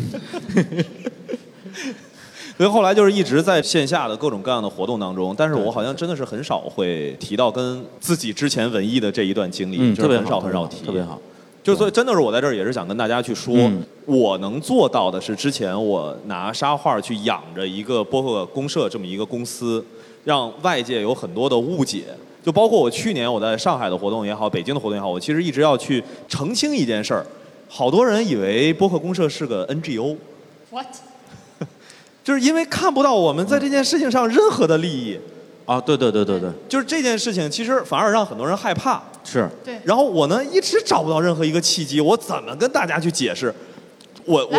Speaker 4: 所以后来就是一直在线下的各种各样的活动当中，但是我好像真的是很少会提到跟自己之前文艺的这一段经历，
Speaker 3: 嗯，
Speaker 4: 就是很少很少提，
Speaker 3: 特别好。
Speaker 4: 就所以真的是我在这儿也是想跟大家去说，嗯、我能做到的是之前我拿沙画去养着一个播客公社这么一个公司，让外界有很多的误解。就包括我去年我在上海的活动也好，北京的活动也好，我其实一直要去澄清一件事儿，好多人以为播客公社是个 N G O。What？就是因为看不到我们在这件事情上任何的利益，
Speaker 3: 啊，对对对对对，
Speaker 4: 就是这件事情其实反而让很多人害怕，
Speaker 3: 是，
Speaker 2: 对。
Speaker 4: 然后我呢一直找不到任何一个契机，我怎么跟大家去解释？我我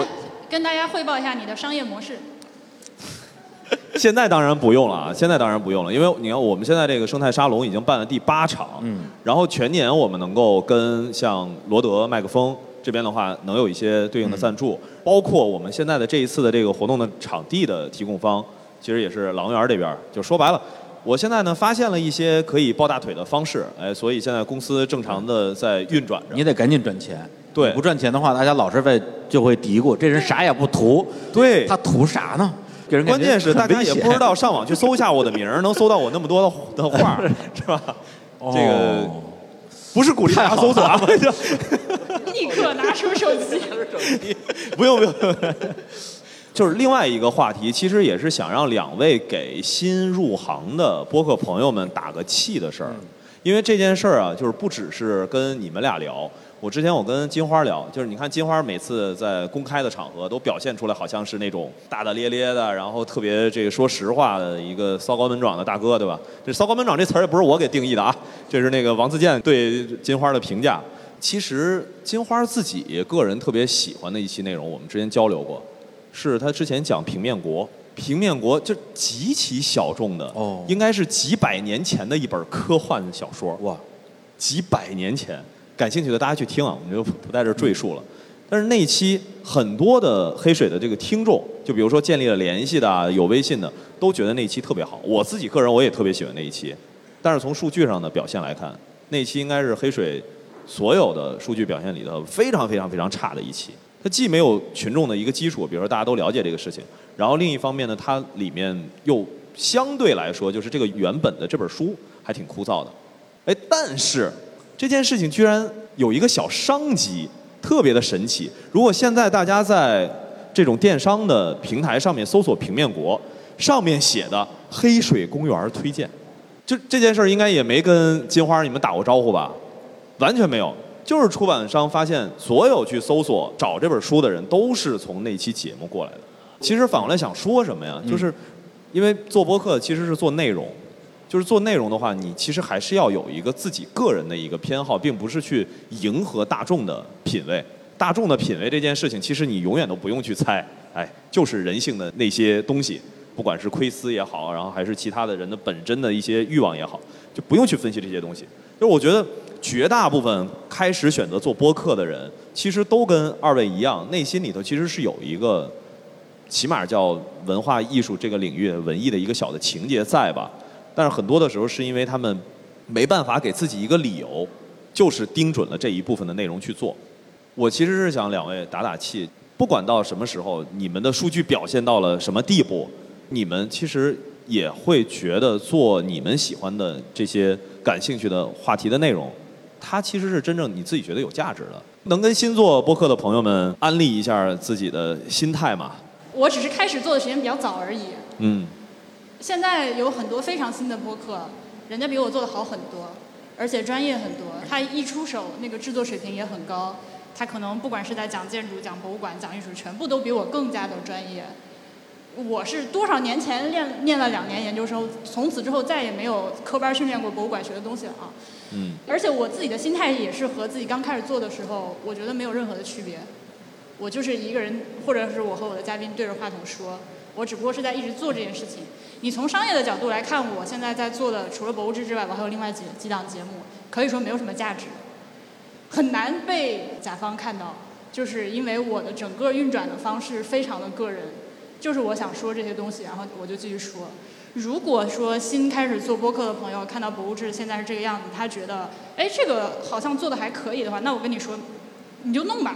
Speaker 2: 跟大家汇报一下你的商业模式。
Speaker 4: 现在当然不用了啊，现在当然不用了，因为你看我们现在这个生态沙龙已经办了第八场，嗯，然后全年我们能够跟像罗德麦克风这边的话，能有一些对应的赞助，嗯、包括我们现在的这一次的这个活动的场地的提供方，其实也是朗园这边。就说白了，我现在呢发现了一些可以抱大腿的方式，哎，所以现在公司正常的在运转着。
Speaker 3: 你得赶紧赚钱，
Speaker 4: 对，
Speaker 3: 不赚钱的话，大家老是会就会嘀咕，这人啥也不图，
Speaker 4: 对，
Speaker 3: 他图啥呢？
Speaker 4: 关键是大家也不知道上网去搜一下我的名儿，能搜到我那么多的的画，是吧？
Speaker 3: 哦、
Speaker 4: 这个不是鼓励大家搜索啊，
Speaker 2: 立刻拿出手机。
Speaker 4: 不用不用，就是另外一个话题，其实也是想让两位给新入行的播客朋友们打个气的事儿，因为这件事儿啊，就是不只是跟你们俩聊。我之前我跟金花聊，就是你看金花每次在公开的场合都表现出来，好像是那种大大咧咧的，然后特别这个说实话的一个骚高门壮的大哥，对吧？这骚高门壮这词儿也不是我给定义的啊，这是那个王自健对金花的评价。其实金花自己个人特别喜欢的一期内容，我们之前交流过，是他之前讲平面国。平面国就极其小众的，哦，应该是几百年前的一本科幻小说，哇，几百年前。感兴趣的大家去听啊，我们就不在这赘述了。但是那一期很多的黑水的这个听众，就比如说建立了联系的、有微信的，都觉得那一期特别好。我自己个人我也特别喜欢那一期，但是从数据上的表现来看，那一期应该是黑水所有的数据表现里头非常非常非常差的一期。它既没有群众的一个基础，比如说大家都了解这个事情，然后另一方面呢，它里面又相对来说就是这个原本的这本书还挺枯燥的。哎，但是这件事情居然有一个小商机，特别的神奇。如果现在大家在这种电商的平台上面搜索平面国，上面写的黑水公园推荐，就这件事儿应该也没跟金花你们打过招呼吧？完全没有，就是出版商发现所有去搜索找这本书的人都是从那期节目过来的。其实反过来想说什么呀？就是因为做播客其实是做内容。就是做内容的话，你其实还是要有一个自己个人的一个偏好，并不是去迎合大众的品味。大众的品味这件事情，其实你永远都不用去猜，哎，就是人性的那些东西，不管是窥私也好，然后还是其他的人的本真的一些欲望也好，就不用去分析这些东西。就是我觉得绝大部分开始选择做播客的人，其实都跟二位一样，内心里头其实是有一个，起码叫文化艺术这个领域文艺的一个小的情节在吧。但是很多的时候是因为他们没办法给自己一个理由，就是盯准了这一部分的内容去做。我其实是想两位打打气，不管到什么时候，你们的数据表现到了什么地步，你们其实也会觉得做你们喜欢的这些感兴趣的话题的内容，它其实是真正你自己觉得有价值的。能跟新做播客的朋友们安利一下自己的心态吗？
Speaker 2: 我只是开始做的时间比较早而已。
Speaker 4: 嗯。
Speaker 2: 现在有很多非常新的播客，人家比我做的好很多，而且专业很多。他一出手，那个制作水平也很高。他可能不管是在讲建筑、讲博物馆、讲艺术，全部都比我更加的专业。我是多少年前练念了两年研究生，从此之后再也没有科班训练过博物馆学的东西了啊。嗯。而且我自己的心态也是和自己刚开始做的时候，我觉得没有任何的区别。我就是一个人，或者是我和我的嘉宾对着话筒说，我只不过是在一直做这件事情。你从商业的角度来看，我现在在做的除了博物志之外，我还有另外几几档节目，可以说没有什么价值，很难被甲方看到，就是因为我的整个运转的方式非常的个人，就是我想说这些东西，然后我就继续说。如果说新开始做播客的朋友看到博物志现在是这个样子，他觉得，哎，这个好像做的还可以的话，那我跟你说，你就弄吧。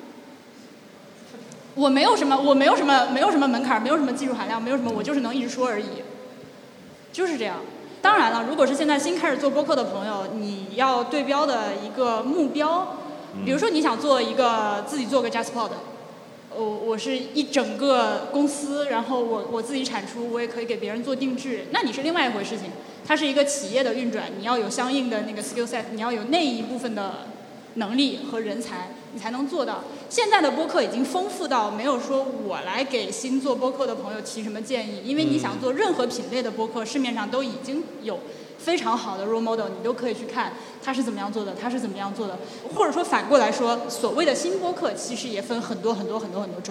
Speaker 2: 我没有什么，我没有什么，没有什么门槛，没有什么技术含量，没有什么，我就是能一直说而已，就是这样。当然了，如果是现在新开始做播客的朋友，你要对标的一个目标，比如说你想做一个自己做个 JustPod， 我我是一整个公司，然后我我自己产出，我也可以给别人做定制，那你是另外一回事情。它是一个企业的运转，你要有相应的那个 skill set， 你要有那一部分的能力和人才，你才能做到。现在的播客已经丰富到没有说我来给新做播客的朋友提什么建议，因为你想做任何品类的播客，市面上都已经有非常好的 role model， 你都可以去看他是怎么样做的，他是怎么样做的。或者说反过来说，所谓的新播客其实也分很多很多很多很多种了。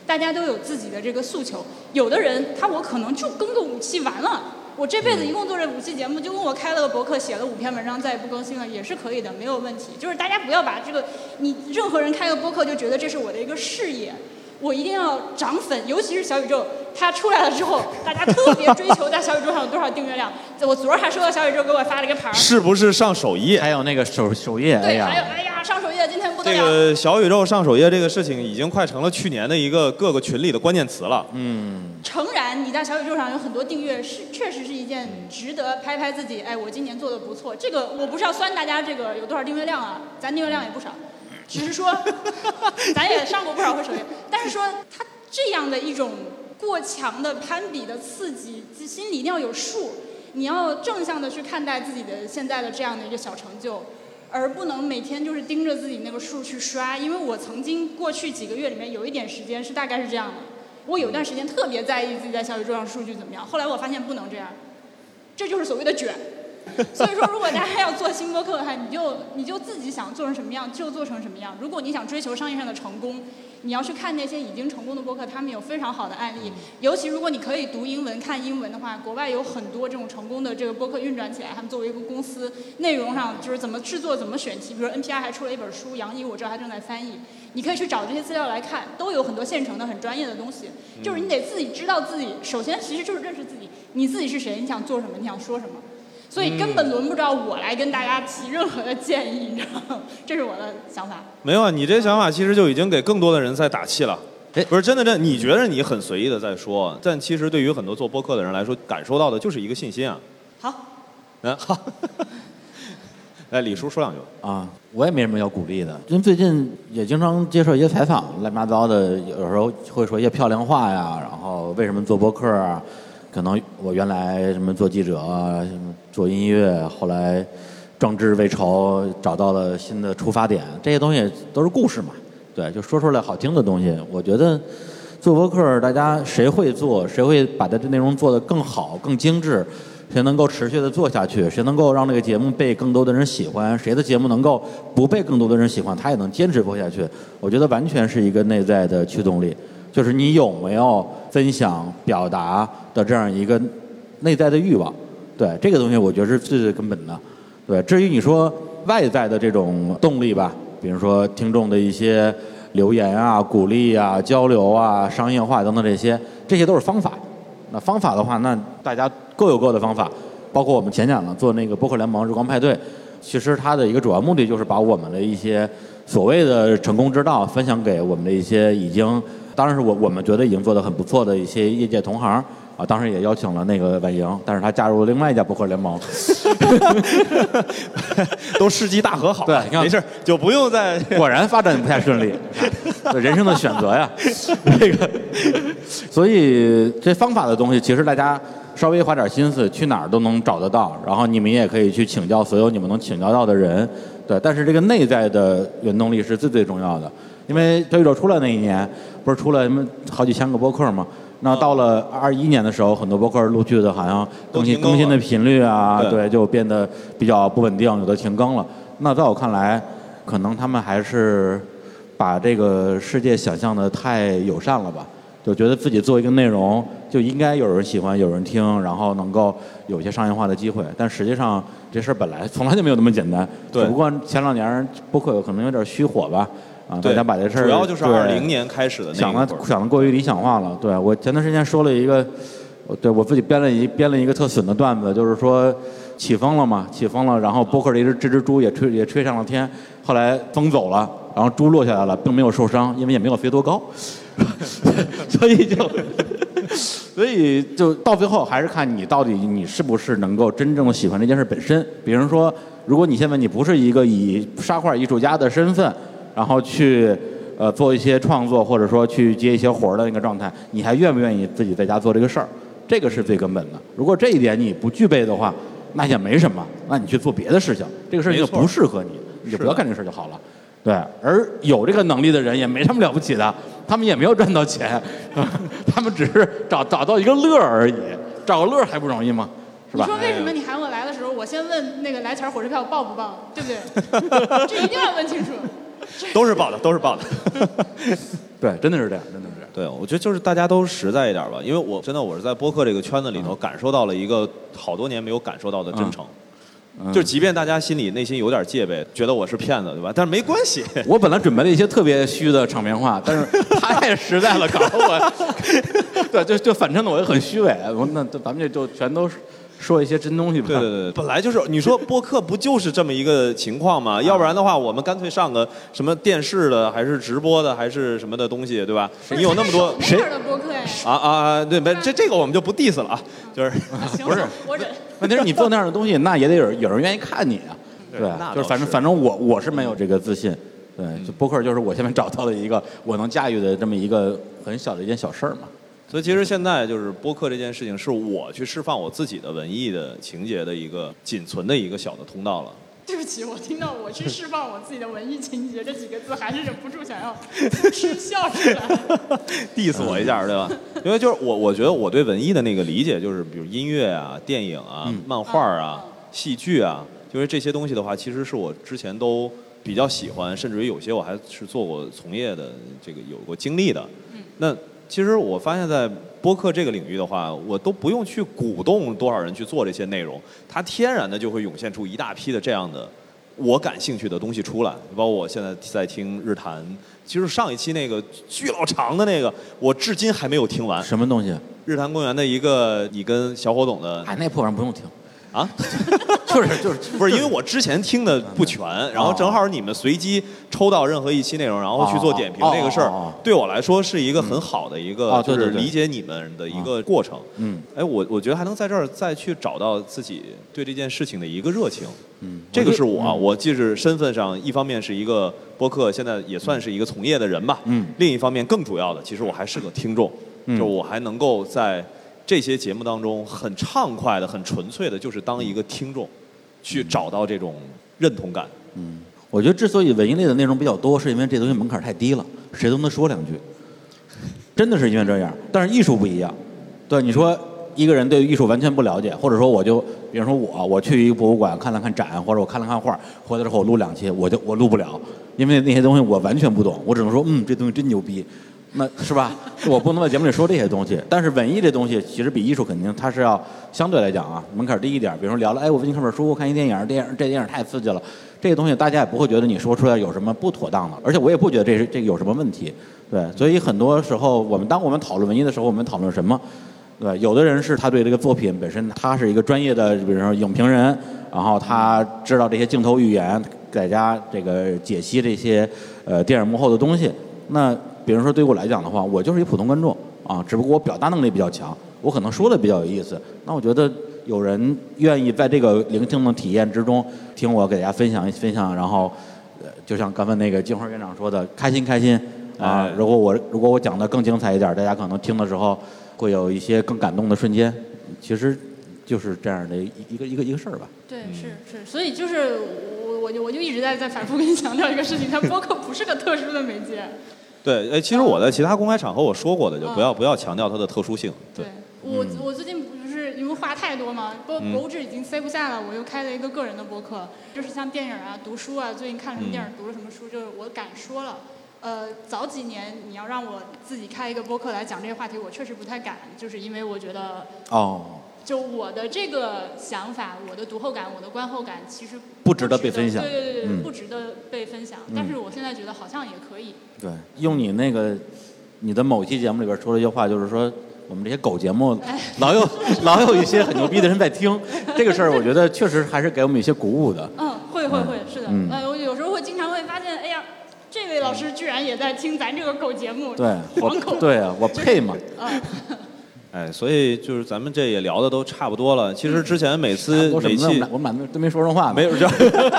Speaker 2: 大家都有自己的这个诉求。有的人他我可能就更个五期完了，我这辈子一共做这五期节目，就跟我开了个博客写了五篇文章再也不更新了也是可以的，没有问题。就是大家不要把这个，你任何人开个博客就觉得这是我的一个事业，我一定要涨粉，尤其是小宇宙，它出来了之后，大家特别追求在小宇宙上有多少订阅量。我昨儿还收到小宇宙给我发了一个牌，
Speaker 4: 是不是上首页？
Speaker 3: 还有那个首首页，
Speaker 2: 对，
Speaker 3: 哎
Speaker 2: 还有哎呀，上首页今天不得了。
Speaker 4: 这个小宇宙上首页这个事情已经快成了去年的一个各个群里的关键词了。
Speaker 3: 嗯，
Speaker 2: 诚然，你在小宇宙上有很多订阅，是确实是一件值得拍拍自己，哎，我今年做的不错。这个我不是要酸大家这个有多少订阅量啊，咱订阅量也不少。只是说，咱也上过不少回首页，但是说他这样的一种过强的攀比的刺激，心里一定要有数，你要正向的去看待自己的现在的这样的一个小成就，而不能每天就是盯着自己那个数去刷。因为我曾经过去几个月里面有一点时间是大概是这样的，我有段时间特别在意自己在小宇宙上数据怎么样，后来我发现不能这样，这就是所谓的卷。所以说，如果大家要做新播客的话，你就你就自己想做成什么样就做成什么样。如果你想追求商业上的成功，你要去看那些已经成功的播客，他们有非常好的案例。尤其如果你可以读英文、看英文的话，国外有很多这种成功的这个播客运转起来，他们作为一个公司，内容上就是怎么制作、怎么选题。比如 N P R 还出了一本书，杨怡我知道他正在翻译，你可以去找这些资料来看，都有很多现成的、很专业的东西。就是你得自己知道自己，首先其实就是认识自己，你自己是谁，你想做什么，你想说什么。所以根本轮不着我来跟大家提任何的建议，你知道吗？这是我的想法。
Speaker 4: 没有啊，你这想法其实就已经给更多的人在打气了。
Speaker 3: 哎，
Speaker 4: 不是真的，真你觉得你很随意的在说，但其实对于很多做播客的人来说，感受到的就是一个信心啊。
Speaker 2: 好，
Speaker 4: 嗯，好。来，李叔说两句
Speaker 3: 啊，我也没什么要鼓励的，因为最近也经常接受一些采访，乱七八糟的，有时候会说一些漂亮话呀，然后为什么做播客啊？可能我原来什么做记者啊，什么做音乐，后来壮志未酬，找到了新的出发点，这些东西都是故事嘛。对，就说出来好听的东西。我觉得做播客，大家谁会做，谁会把这内容做得更好、更精致，谁能够持续的做下去，谁能够让这个节目被更多的人喜欢，谁的节目能够不被更多的人喜欢，他也能坚持播下去。我觉得完全是一个内在的驱动力。就是你有没有分享、表达的这样一个内在的欲望，对这个东西，我觉得是最最根本的。对，至于你说外在的这种动力吧，比如说听众的一些留言啊、鼓励啊、交流啊、商业化等等这些，这些都是方法。那方法的话，那大家各有各的方法，包括我们前讲的做那个播客联盟日光派对，其实它的一个主要目的就是把我们的一些所谓的成功之道分享给我们的一些已经。当然是我我们觉得已经做得很不错的一些业界同行啊，当时也邀请了那个婉莹，但是他加入了另外一家播客联盟，
Speaker 4: 都世纪大和好，
Speaker 3: 对，
Speaker 4: 没事就不用再。
Speaker 3: 果然发展不太顺利，人生的选择呀，这个，所以这方法的东西，其实大家稍微花点心思，去哪儿都能找得到，然后你们也可以去请教所有你们能请教到的人，对，但是这个内在的原动力是最最重要的。因为小宇宙出来那一年，不是出了什么好几千个播客吗？那到了二一年的时候，很多播客陆续的好像更新更新的频率啊，对，就变得比较不稳定，有的停更了。那在我看来，可能他们还是把这个世界想象的太友善了吧？就觉得自己做一个内容就应该有人喜欢，有人听，然后能够有一些商业化的机会。但实际上这事儿本来从来就没有那么简单。
Speaker 4: 对，
Speaker 3: 只不过前两年播客可能有点虚火吧。啊，大家把这事儿
Speaker 4: 主要就是二零年开始的那
Speaker 3: 想的想的过于理想化了。对，我前段时间说了一个，对我自己编了一编了一个特损的段子，就是说起风了嘛，起风了，然后播客的一只这只猪也吹也吹上了天，后来风走了，然后猪落下来了，并没有受伤，因为也没有飞多高，所以就所以就到最后还是看你到底你是不是能够真正的喜欢这件事本身。比如说，如果你现在你不是一个以沙画艺术家的身份。然后去呃做一些创作，或者说去接一些活儿的那个状态，你还愿不愿意自己在家做这个事儿？这个是最根本的。如果这一点你不具备的话，那也没什么，那你去做别的事情，这个事情就不适合你，你就不要干这个事儿就好了。对，而有这个能力的人也没什么了不起的，他们也没有赚到钱，他们只是找找到一个乐而已，找个乐还不容易吗？是吧？
Speaker 2: 你说为什么你喊我来的时候，我先问那个来钱火车票报不报，对不对？这一定要问清楚。
Speaker 4: 都是报的，都是报的。
Speaker 3: 对，真的是这样，真的是这样。
Speaker 4: 对，我觉得就是大家都实在一点吧，因为我真的我是在播客这个圈子里头感受到了一个好多年没有感受到的真诚。嗯、就即便大家心里内心有点戒备，觉得我是骗子，对吧？但是没关系。
Speaker 3: 我本来准备了一些特别虚的场面话，但是太实在了，搞得我，对，就就反正的我也很虚伪。我那咱们这就全都是。说一些真东西吧。
Speaker 4: 对对对，本来就是你说播客不就是这么一个情况吗？要不然的话，我们干脆上个什么电视的，还是直播的，还是什么的东西，对吧？你有那么多
Speaker 2: 谁的播客呀？
Speaker 4: 啊啊，对，这这个我们就不 diss 了啊，就是
Speaker 2: 不是我忍。
Speaker 3: 问题是你做那样的东西，那也得有有人愿意看你啊。对，就是反正反正我我是没有这个自信。对，就播客就是我现在找到的一个我能驾驭的这么一个很小的一件小事儿嘛。
Speaker 4: 所以其实现在就是播客这件事情，是我去释放我自己的文艺的情节的一个仅存的一个小的通道了。
Speaker 2: 对不起，我听到我去释放我自己的文艺情节这几个字，还是忍不住想要嗤笑出来。
Speaker 4: diss 我一下，对吧？因为就是我，我觉得我对文艺的那个理解，就是比如音乐啊、电影啊、嗯、漫画啊、戏剧啊，就是这些东西的话，其实是我之前都比较喜欢，甚至于有些我还是做过从业的，这个有过经历的。嗯、那其实我发现，在播客这个领域的话，我都不用去鼓动多少人去做这些内容，它天然的就会涌现出一大批的这样的我感兴趣的东西出来。包括我现在在听日坛，其实上一期那个巨老长的那个，我至今还没有听完。
Speaker 3: 什么东西？
Speaker 4: 日坛公园的一个你跟小伙董的。
Speaker 3: 哎，那破玩意儿不用听。
Speaker 4: 啊，
Speaker 3: 就是就是
Speaker 4: 不是因为我之前听的不全，然后正好你们随机抽到任何一期内容，然后去做点评那个事儿，对我来说是一个很好的一个就是理解你们的一个过程。嗯，哎，我我觉得还能在这儿再去找到自己对这件事情的一个热情。嗯，这个是我，我既是身份上一方面是一个播客，现在也算是一个从业的人吧。嗯，另一方面更主要的，其实我还是个听众，就我还能够在这些节目当中很畅快的、很纯粹的，就是当一个听众，去找到这种认同感。
Speaker 3: 嗯，我觉得之所以文艺类的内容比较多，是因为这东西门槛太低了，谁都能说两句，真的是因为这样。但是艺术不一样，对你说一个人对艺术完全不了解，或者说我就，比如说我，我去一个博物馆看了看展，或者我看了看画，回来之后我录两期，我就我录不了，因为那些东西我完全不懂，我只能说嗯，这东西真牛逼。那是吧？我不能在节目里说这些东西，但是文艺这东西其实比艺术肯定它是要相对来讲啊门槛低一点。比如说聊了，哎，我最近看本书，我看一电影，电影这电影太刺激了，这个东西大家也不会觉得你说出来有什么不妥当的，而且我也不觉得这是这个有什么问题。对，所以很多时候我们当我们讨论文艺的时候，我们讨论什么？对，有的人是他对这个作品本身，他是一个专业的，比如说影评人，然后他知道这些镜头语言，给大家这个解析这些呃电影幕后的东西。那比如说对我来讲的话，我就是一普通观众啊，只不过我表达能力比较强，我可能说的比较有意思。那我觉得有人愿意在这个聆听的体验之中听我给大家分享分享，然后呃，就像刚才那个金花院长说的，开心开心啊。如果我如果我讲的更精彩一点，大家可能听的时候会有一些更感动的瞬间。其实就是这样的一个一个一个事儿吧。
Speaker 2: 对，是是，所以就是我我就我就一直在在反复跟你强调一个事情，它播客不是个特殊的媒介。
Speaker 4: 对，哎，其实我在其他公开场合我说过的，就不要不要强调它的特殊性。
Speaker 2: 对，我我最近不是因为话太多嘛，博博物志已经塞不下了，我又开了一个个人的播客，就是像电影啊、读书啊，最近看什么电影、读了什么书，就是我敢说了。呃，早几年你要让我自己开一个播客来讲这些话题，我确实不太敢，就是因为我觉得
Speaker 3: 哦。
Speaker 2: 就我的这个想法，我的读后感，我的观后感，其实
Speaker 3: 不值得被分享。
Speaker 2: 对对对对，嗯、不值得被分享。但是我现在觉得好像也可以。
Speaker 3: 对，用你那个你的某期节目里边说了一句话，就是说我们这些狗节目老有老有一些很牛逼的人在听，这个事儿我觉得确实还是给我们一些鼓舞的。
Speaker 2: 嗯，会会会，是的。嗯、呃，我有时候会经常会发现，哎呀，这位老师居然也在听咱这个狗节目。
Speaker 3: 对，我对啊，我配吗？
Speaker 2: 嗯。
Speaker 4: 哎，所以就是咱们这也聊的都差不多了。其实之前每次每期
Speaker 3: 我满都没说上话呢，
Speaker 4: 没有这。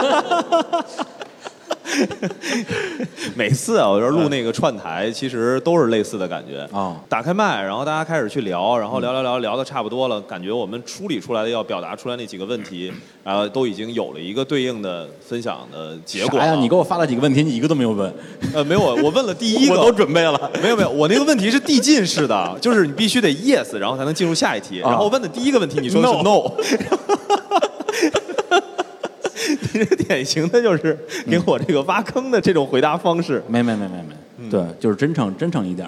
Speaker 4: 每次啊，我这录那个串台，其实都是类似的感觉啊。哦、打开麦，然后大家开始去聊，然后聊聊聊聊的差不多了，感觉我们梳理出来的要表达出来那几个问题，然后都已经有了一个对应的分享的结果。
Speaker 3: 哎呀，你给我发了几个问题，你一个都没有问。
Speaker 4: 呃，没有，我问了第一个，
Speaker 3: 我都准备了。
Speaker 4: 没有没有，我那个问题是递进式的，就是你必须得 yes， 然后才能进入下一题。然后我问的第一个问题，你说的是 no。你这典型的就是给我这个挖坑的这种回答方式。
Speaker 3: 没没没没没，对，就是真诚真诚一点嘛。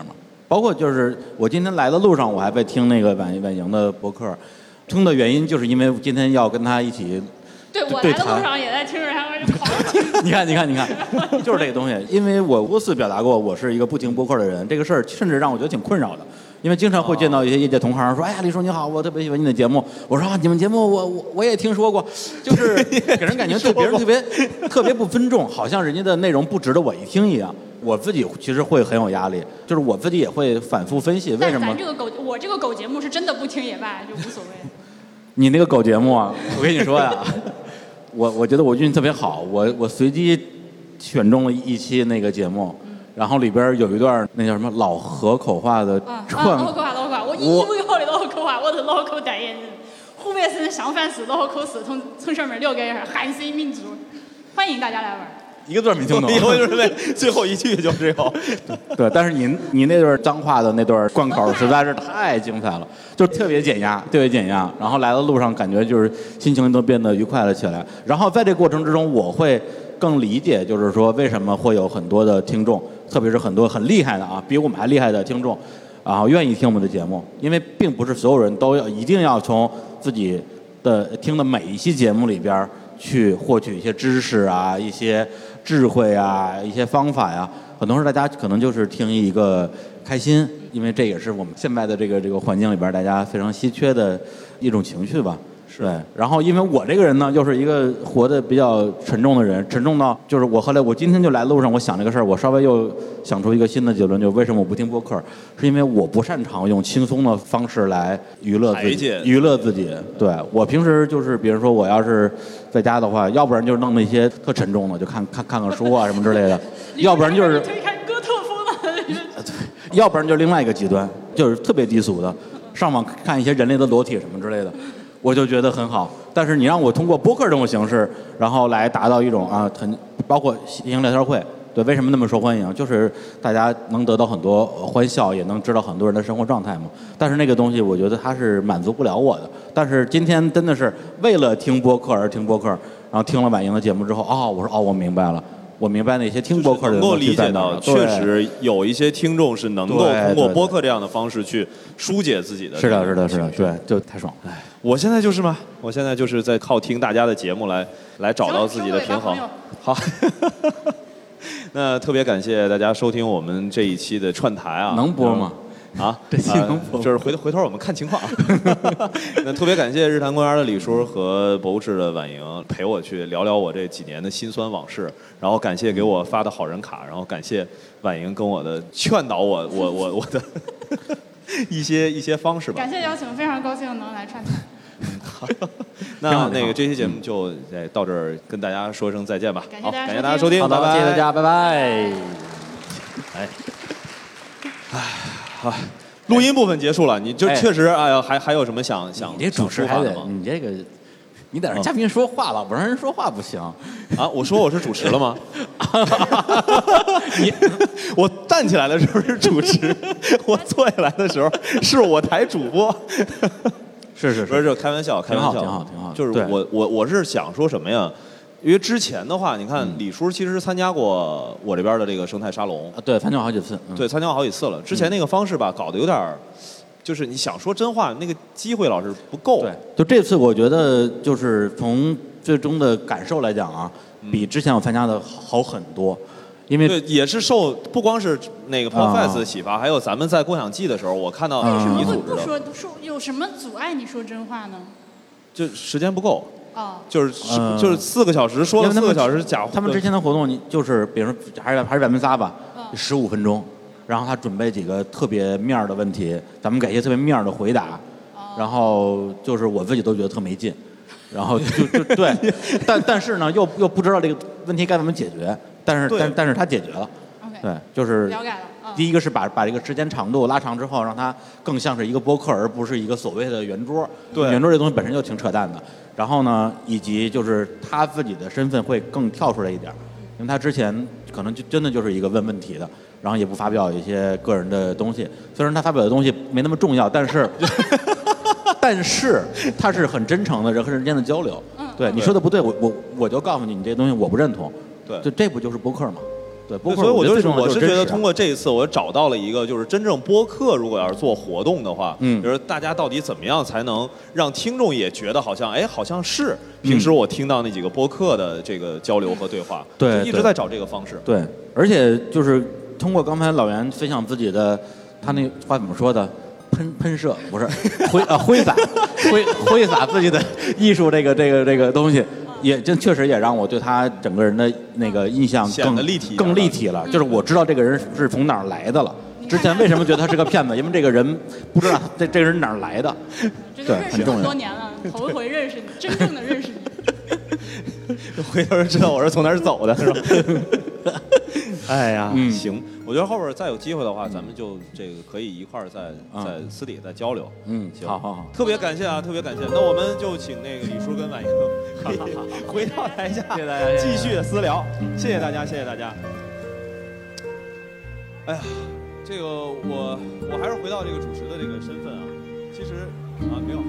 Speaker 3: 包括就是我今天来的路上，我还在听那个婉婉莹的博客，听的原因就是因为今天要跟他一起。
Speaker 2: 对，我来的路上也在听着他们狂听。
Speaker 3: 你看，你看，你看，就是这个东西。因为我多次表达过，我是一个不听播客的人，这个事儿甚至让我觉得挺困扰的。因为经常会见到一些业界同行说：“哎呀，李叔你好，我特别喜欢你的节目。”我说：“啊，你们节目我我我也听说过，就是给人感觉对别人特别特别不尊重，好像人家的内容不值得我一听一样。”我自己其实会很有压力，就是我自己也会反复分析为什么。
Speaker 2: 咱这个狗，我这个狗节目是真的不听也罢，就无所谓。
Speaker 3: 你那个狗节目啊，我跟你说呀。我我觉得我运气特别好，我我随机选中了一期那个节目，嗯、然后里边有一段那叫什么老河口话的串，
Speaker 2: 啊，老河口话，老河口话，我一直以后的老河口话，我是老口代言人，湖北省襄樊市老河口市从从上面了解一下汉水民族，欢迎大家来玩。
Speaker 3: 一个字没听懂，
Speaker 4: 以后就是为最后一句就这样。
Speaker 3: 对，但是你你那段脏话的那段贯口实在是太精彩了，就特别减压，特别减压。然后来的路上感觉就是心情都变得愉快了起来。然后在这个过程之中，我会更理解，就是说为什么会有很多的听众，特别是很多很厉害的啊，比我们还厉害的听众，然后愿意听我们的节目，因为并不是所有人都要一定要从自己的听的每一期节目里边去获取一些知识啊，一些智慧啊，一些方法呀，很多时候大家可能就是听一个开心，因为这也是我们现在的这个这个环境里边大家非常稀缺的一种情绪吧。是。对。然后因为我这个人呢，又是一个活得比较沉重的人，沉重到就是我后来我今天就来路上，我想这个事儿，我稍微又想出一个新的结论，就是为什么我不听播客，是因为我不擅长用轻松的方式来娱乐自己，娱乐自己。对，我平时就是比如说我要是在家的话，要不然就是弄那些特沉重的，就看看看看书啊什么之类的，要不然就是
Speaker 2: 推开哥特风了，
Speaker 3: 对，要不然就是另外一个极端，就是特别低俗的，上网看一些人类的裸体什么之类的，我就觉得很好。但是你让我通过播客这种形式，然后来达到一种啊很包括新型聊天会，对，为什么那么受欢迎？就是大家能得到很多欢笑，也能知道很多人的生活状态嘛。但是那个东西，我觉得它是满足不了我的。但是今天真的是为了听播客而听播客，然后听了婉莹的节目之后，哦，我说哦，我明白了。我明白那些听播客的人
Speaker 4: 能够理解到，确实有一些听众是能够通过播客这样的方式去疏解自己的。
Speaker 3: 是的，是的，是的，对，就太爽了。
Speaker 4: 我现在就是嘛，我现在就是在靠听大家的节目来来找到自己的平衡。好，那特别感谢大家收听我们这一期的串台啊，
Speaker 3: 能播吗？
Speaker 4: 啊，
Speaker 3: 这期能播、
Speaker 4: 呃、就是回回头我们看情况。那特别感谢日坛公园的李叔和博物志的婉莹陪我去聊聊我这几年的辛酸往事，然后感谢给我发的好人卡，然后感谢婉莹跟我的劝导我我我我的一些一些方式吧。
Speaker 2: 感谢邀请，非常高兴能来串台。
Speaker 4: 好，那那个这期节目就到这儿跟大家说声再见吧。
Speaker 2: 好，
Speaker 4: 感谢大家收听，
Speaker 3: 好的，谢谢大家，拜拜。
Speaker 4: 哎，哎。好，录音部分结束了，你就确实哎呀，还还有什么想想？
Speaker 3: 你这主持还得，你这个，你得让嘉宾说话了，不让人说话不行。
Speaker 4: 啊，我说我是主持了吗？你，我站起来的时候是主持，我坐下来的时候是我台主播。
Speaker 3: 是是是，
Speaker 4: 不是，就开玩笑，开玩笑，
Speaker 3: 挺好挺好。
Speaker 4: 就是我我我是想说什么呀？因为之前的话，你看李叔其实参加过我这边的这个生态沙龙
Speaker 3: 啊，对，参加过好几次，
Speaker 4: 嗯、对，参加过好几次了。之前那个方式吧，搞得有点，就是你想说真话，那个机会老是不够。
Speaker 3: 对，就这次我觉得就是从最终的感受来讲啊，比之前我参加的好很多，因为
Speaker 4: 对也是受不光是那个 Podfest 的启发、啊，还有咱们在共享记的时候，我看到
Speaker 2: 你
Speaker 4: 组织的。
Speaker 2: 不说说有什么阻碍你说真话呢？
Speaker 4: 就时间不够。
Speaker 2: 哦，
Speaker 4: 就是就是四个小时说了四个小时假。
Speaker 3: 他们之前的活动，你就是比如说还是还是咱们仨吧，十五分钟，然后他准备几个特别面儿的问题，咱们给一些特别面儿的回答，然后就是我自己都觉得特没劲，然后就就对，但但是呢又又不知道这个问题该怎么解决，但是但但是他解决了，对，就是
Speaker 2: 了解了。
Speaker 3: 第一个是把把这个时间长度拉长之后，让它更像是一个播客，而不是一个所谓的圆桌。
Speaker 4: 对，
Speaker 3: 圆桌这东西本身就挺扯淡的。然后呢，以及就是他自己的身份会更跳出来一点，因为他之前可能就真的就是一个问问题的，然后也不发表一些个人的东西。虽然他发表的东西没那么重要，但是但是他是很真诚的人和人之间的交流。对，你说的不对，我我我就告诉你，你这东西我不认同。
Speaker 4: 对，
Speaker 3: 就这不就是播客吗？ 对，播客
Speaker 4: 所以我就
Speaker 3: 是
Speaker 4: 我是觉得
Speaker 3: 啊
Speaker 4: 通过这一次，我找到了一个就是真正播客如果要是做活动的话，
Speaker 3: 嗯，
Speaker 4: 就是大家到底怎么样才能让听众也觉得好像哎好像是平时我听到那几个播客的这个交流和对话，
Speaker 3: 对，
Speaker 4: 一直在找这个方式。
Speaker 3: 对，而且就是通过刚才老袁分享自己的，他那话怎么说的？喷喷射不是挥啊挥洒挥挥洒自己的艺术这个这个这个东西。也真确实也让我对他整个人的那个印象更
Speaker 4: 立体
Speaker 3: 更立体了，就是我知道这个人是从哪儿来的了。之前为什么觉得他是个骗子？因为这个人不知道这这个人哪儿来的。对，很重要。
Speaker 2: 多年了，头一回认识你，真正的认识你。
Speaker 4: 回头人知道我是从哪儿走的，是吧？哎呀，
Speaker 3: 嗯，
Speaker 4: 行，我觉得后边再有机会的话，咱们就这个可以一块儿再在私底再交流。
Speaker 3: 嗯，
Speaker 4: 行，
Speaker 3: 好好好，
Speaker 4: 特别感谢啊，特别感谢。那我们就请那个李叔跟婉莹回到台下，
Speaker 3: 谢谢大家，
Speaker 4: 继续私聊。谢谢大家，谢谢大家。哎呀，这个我我还是回到这个主持的这个身份啊，其实啊没有。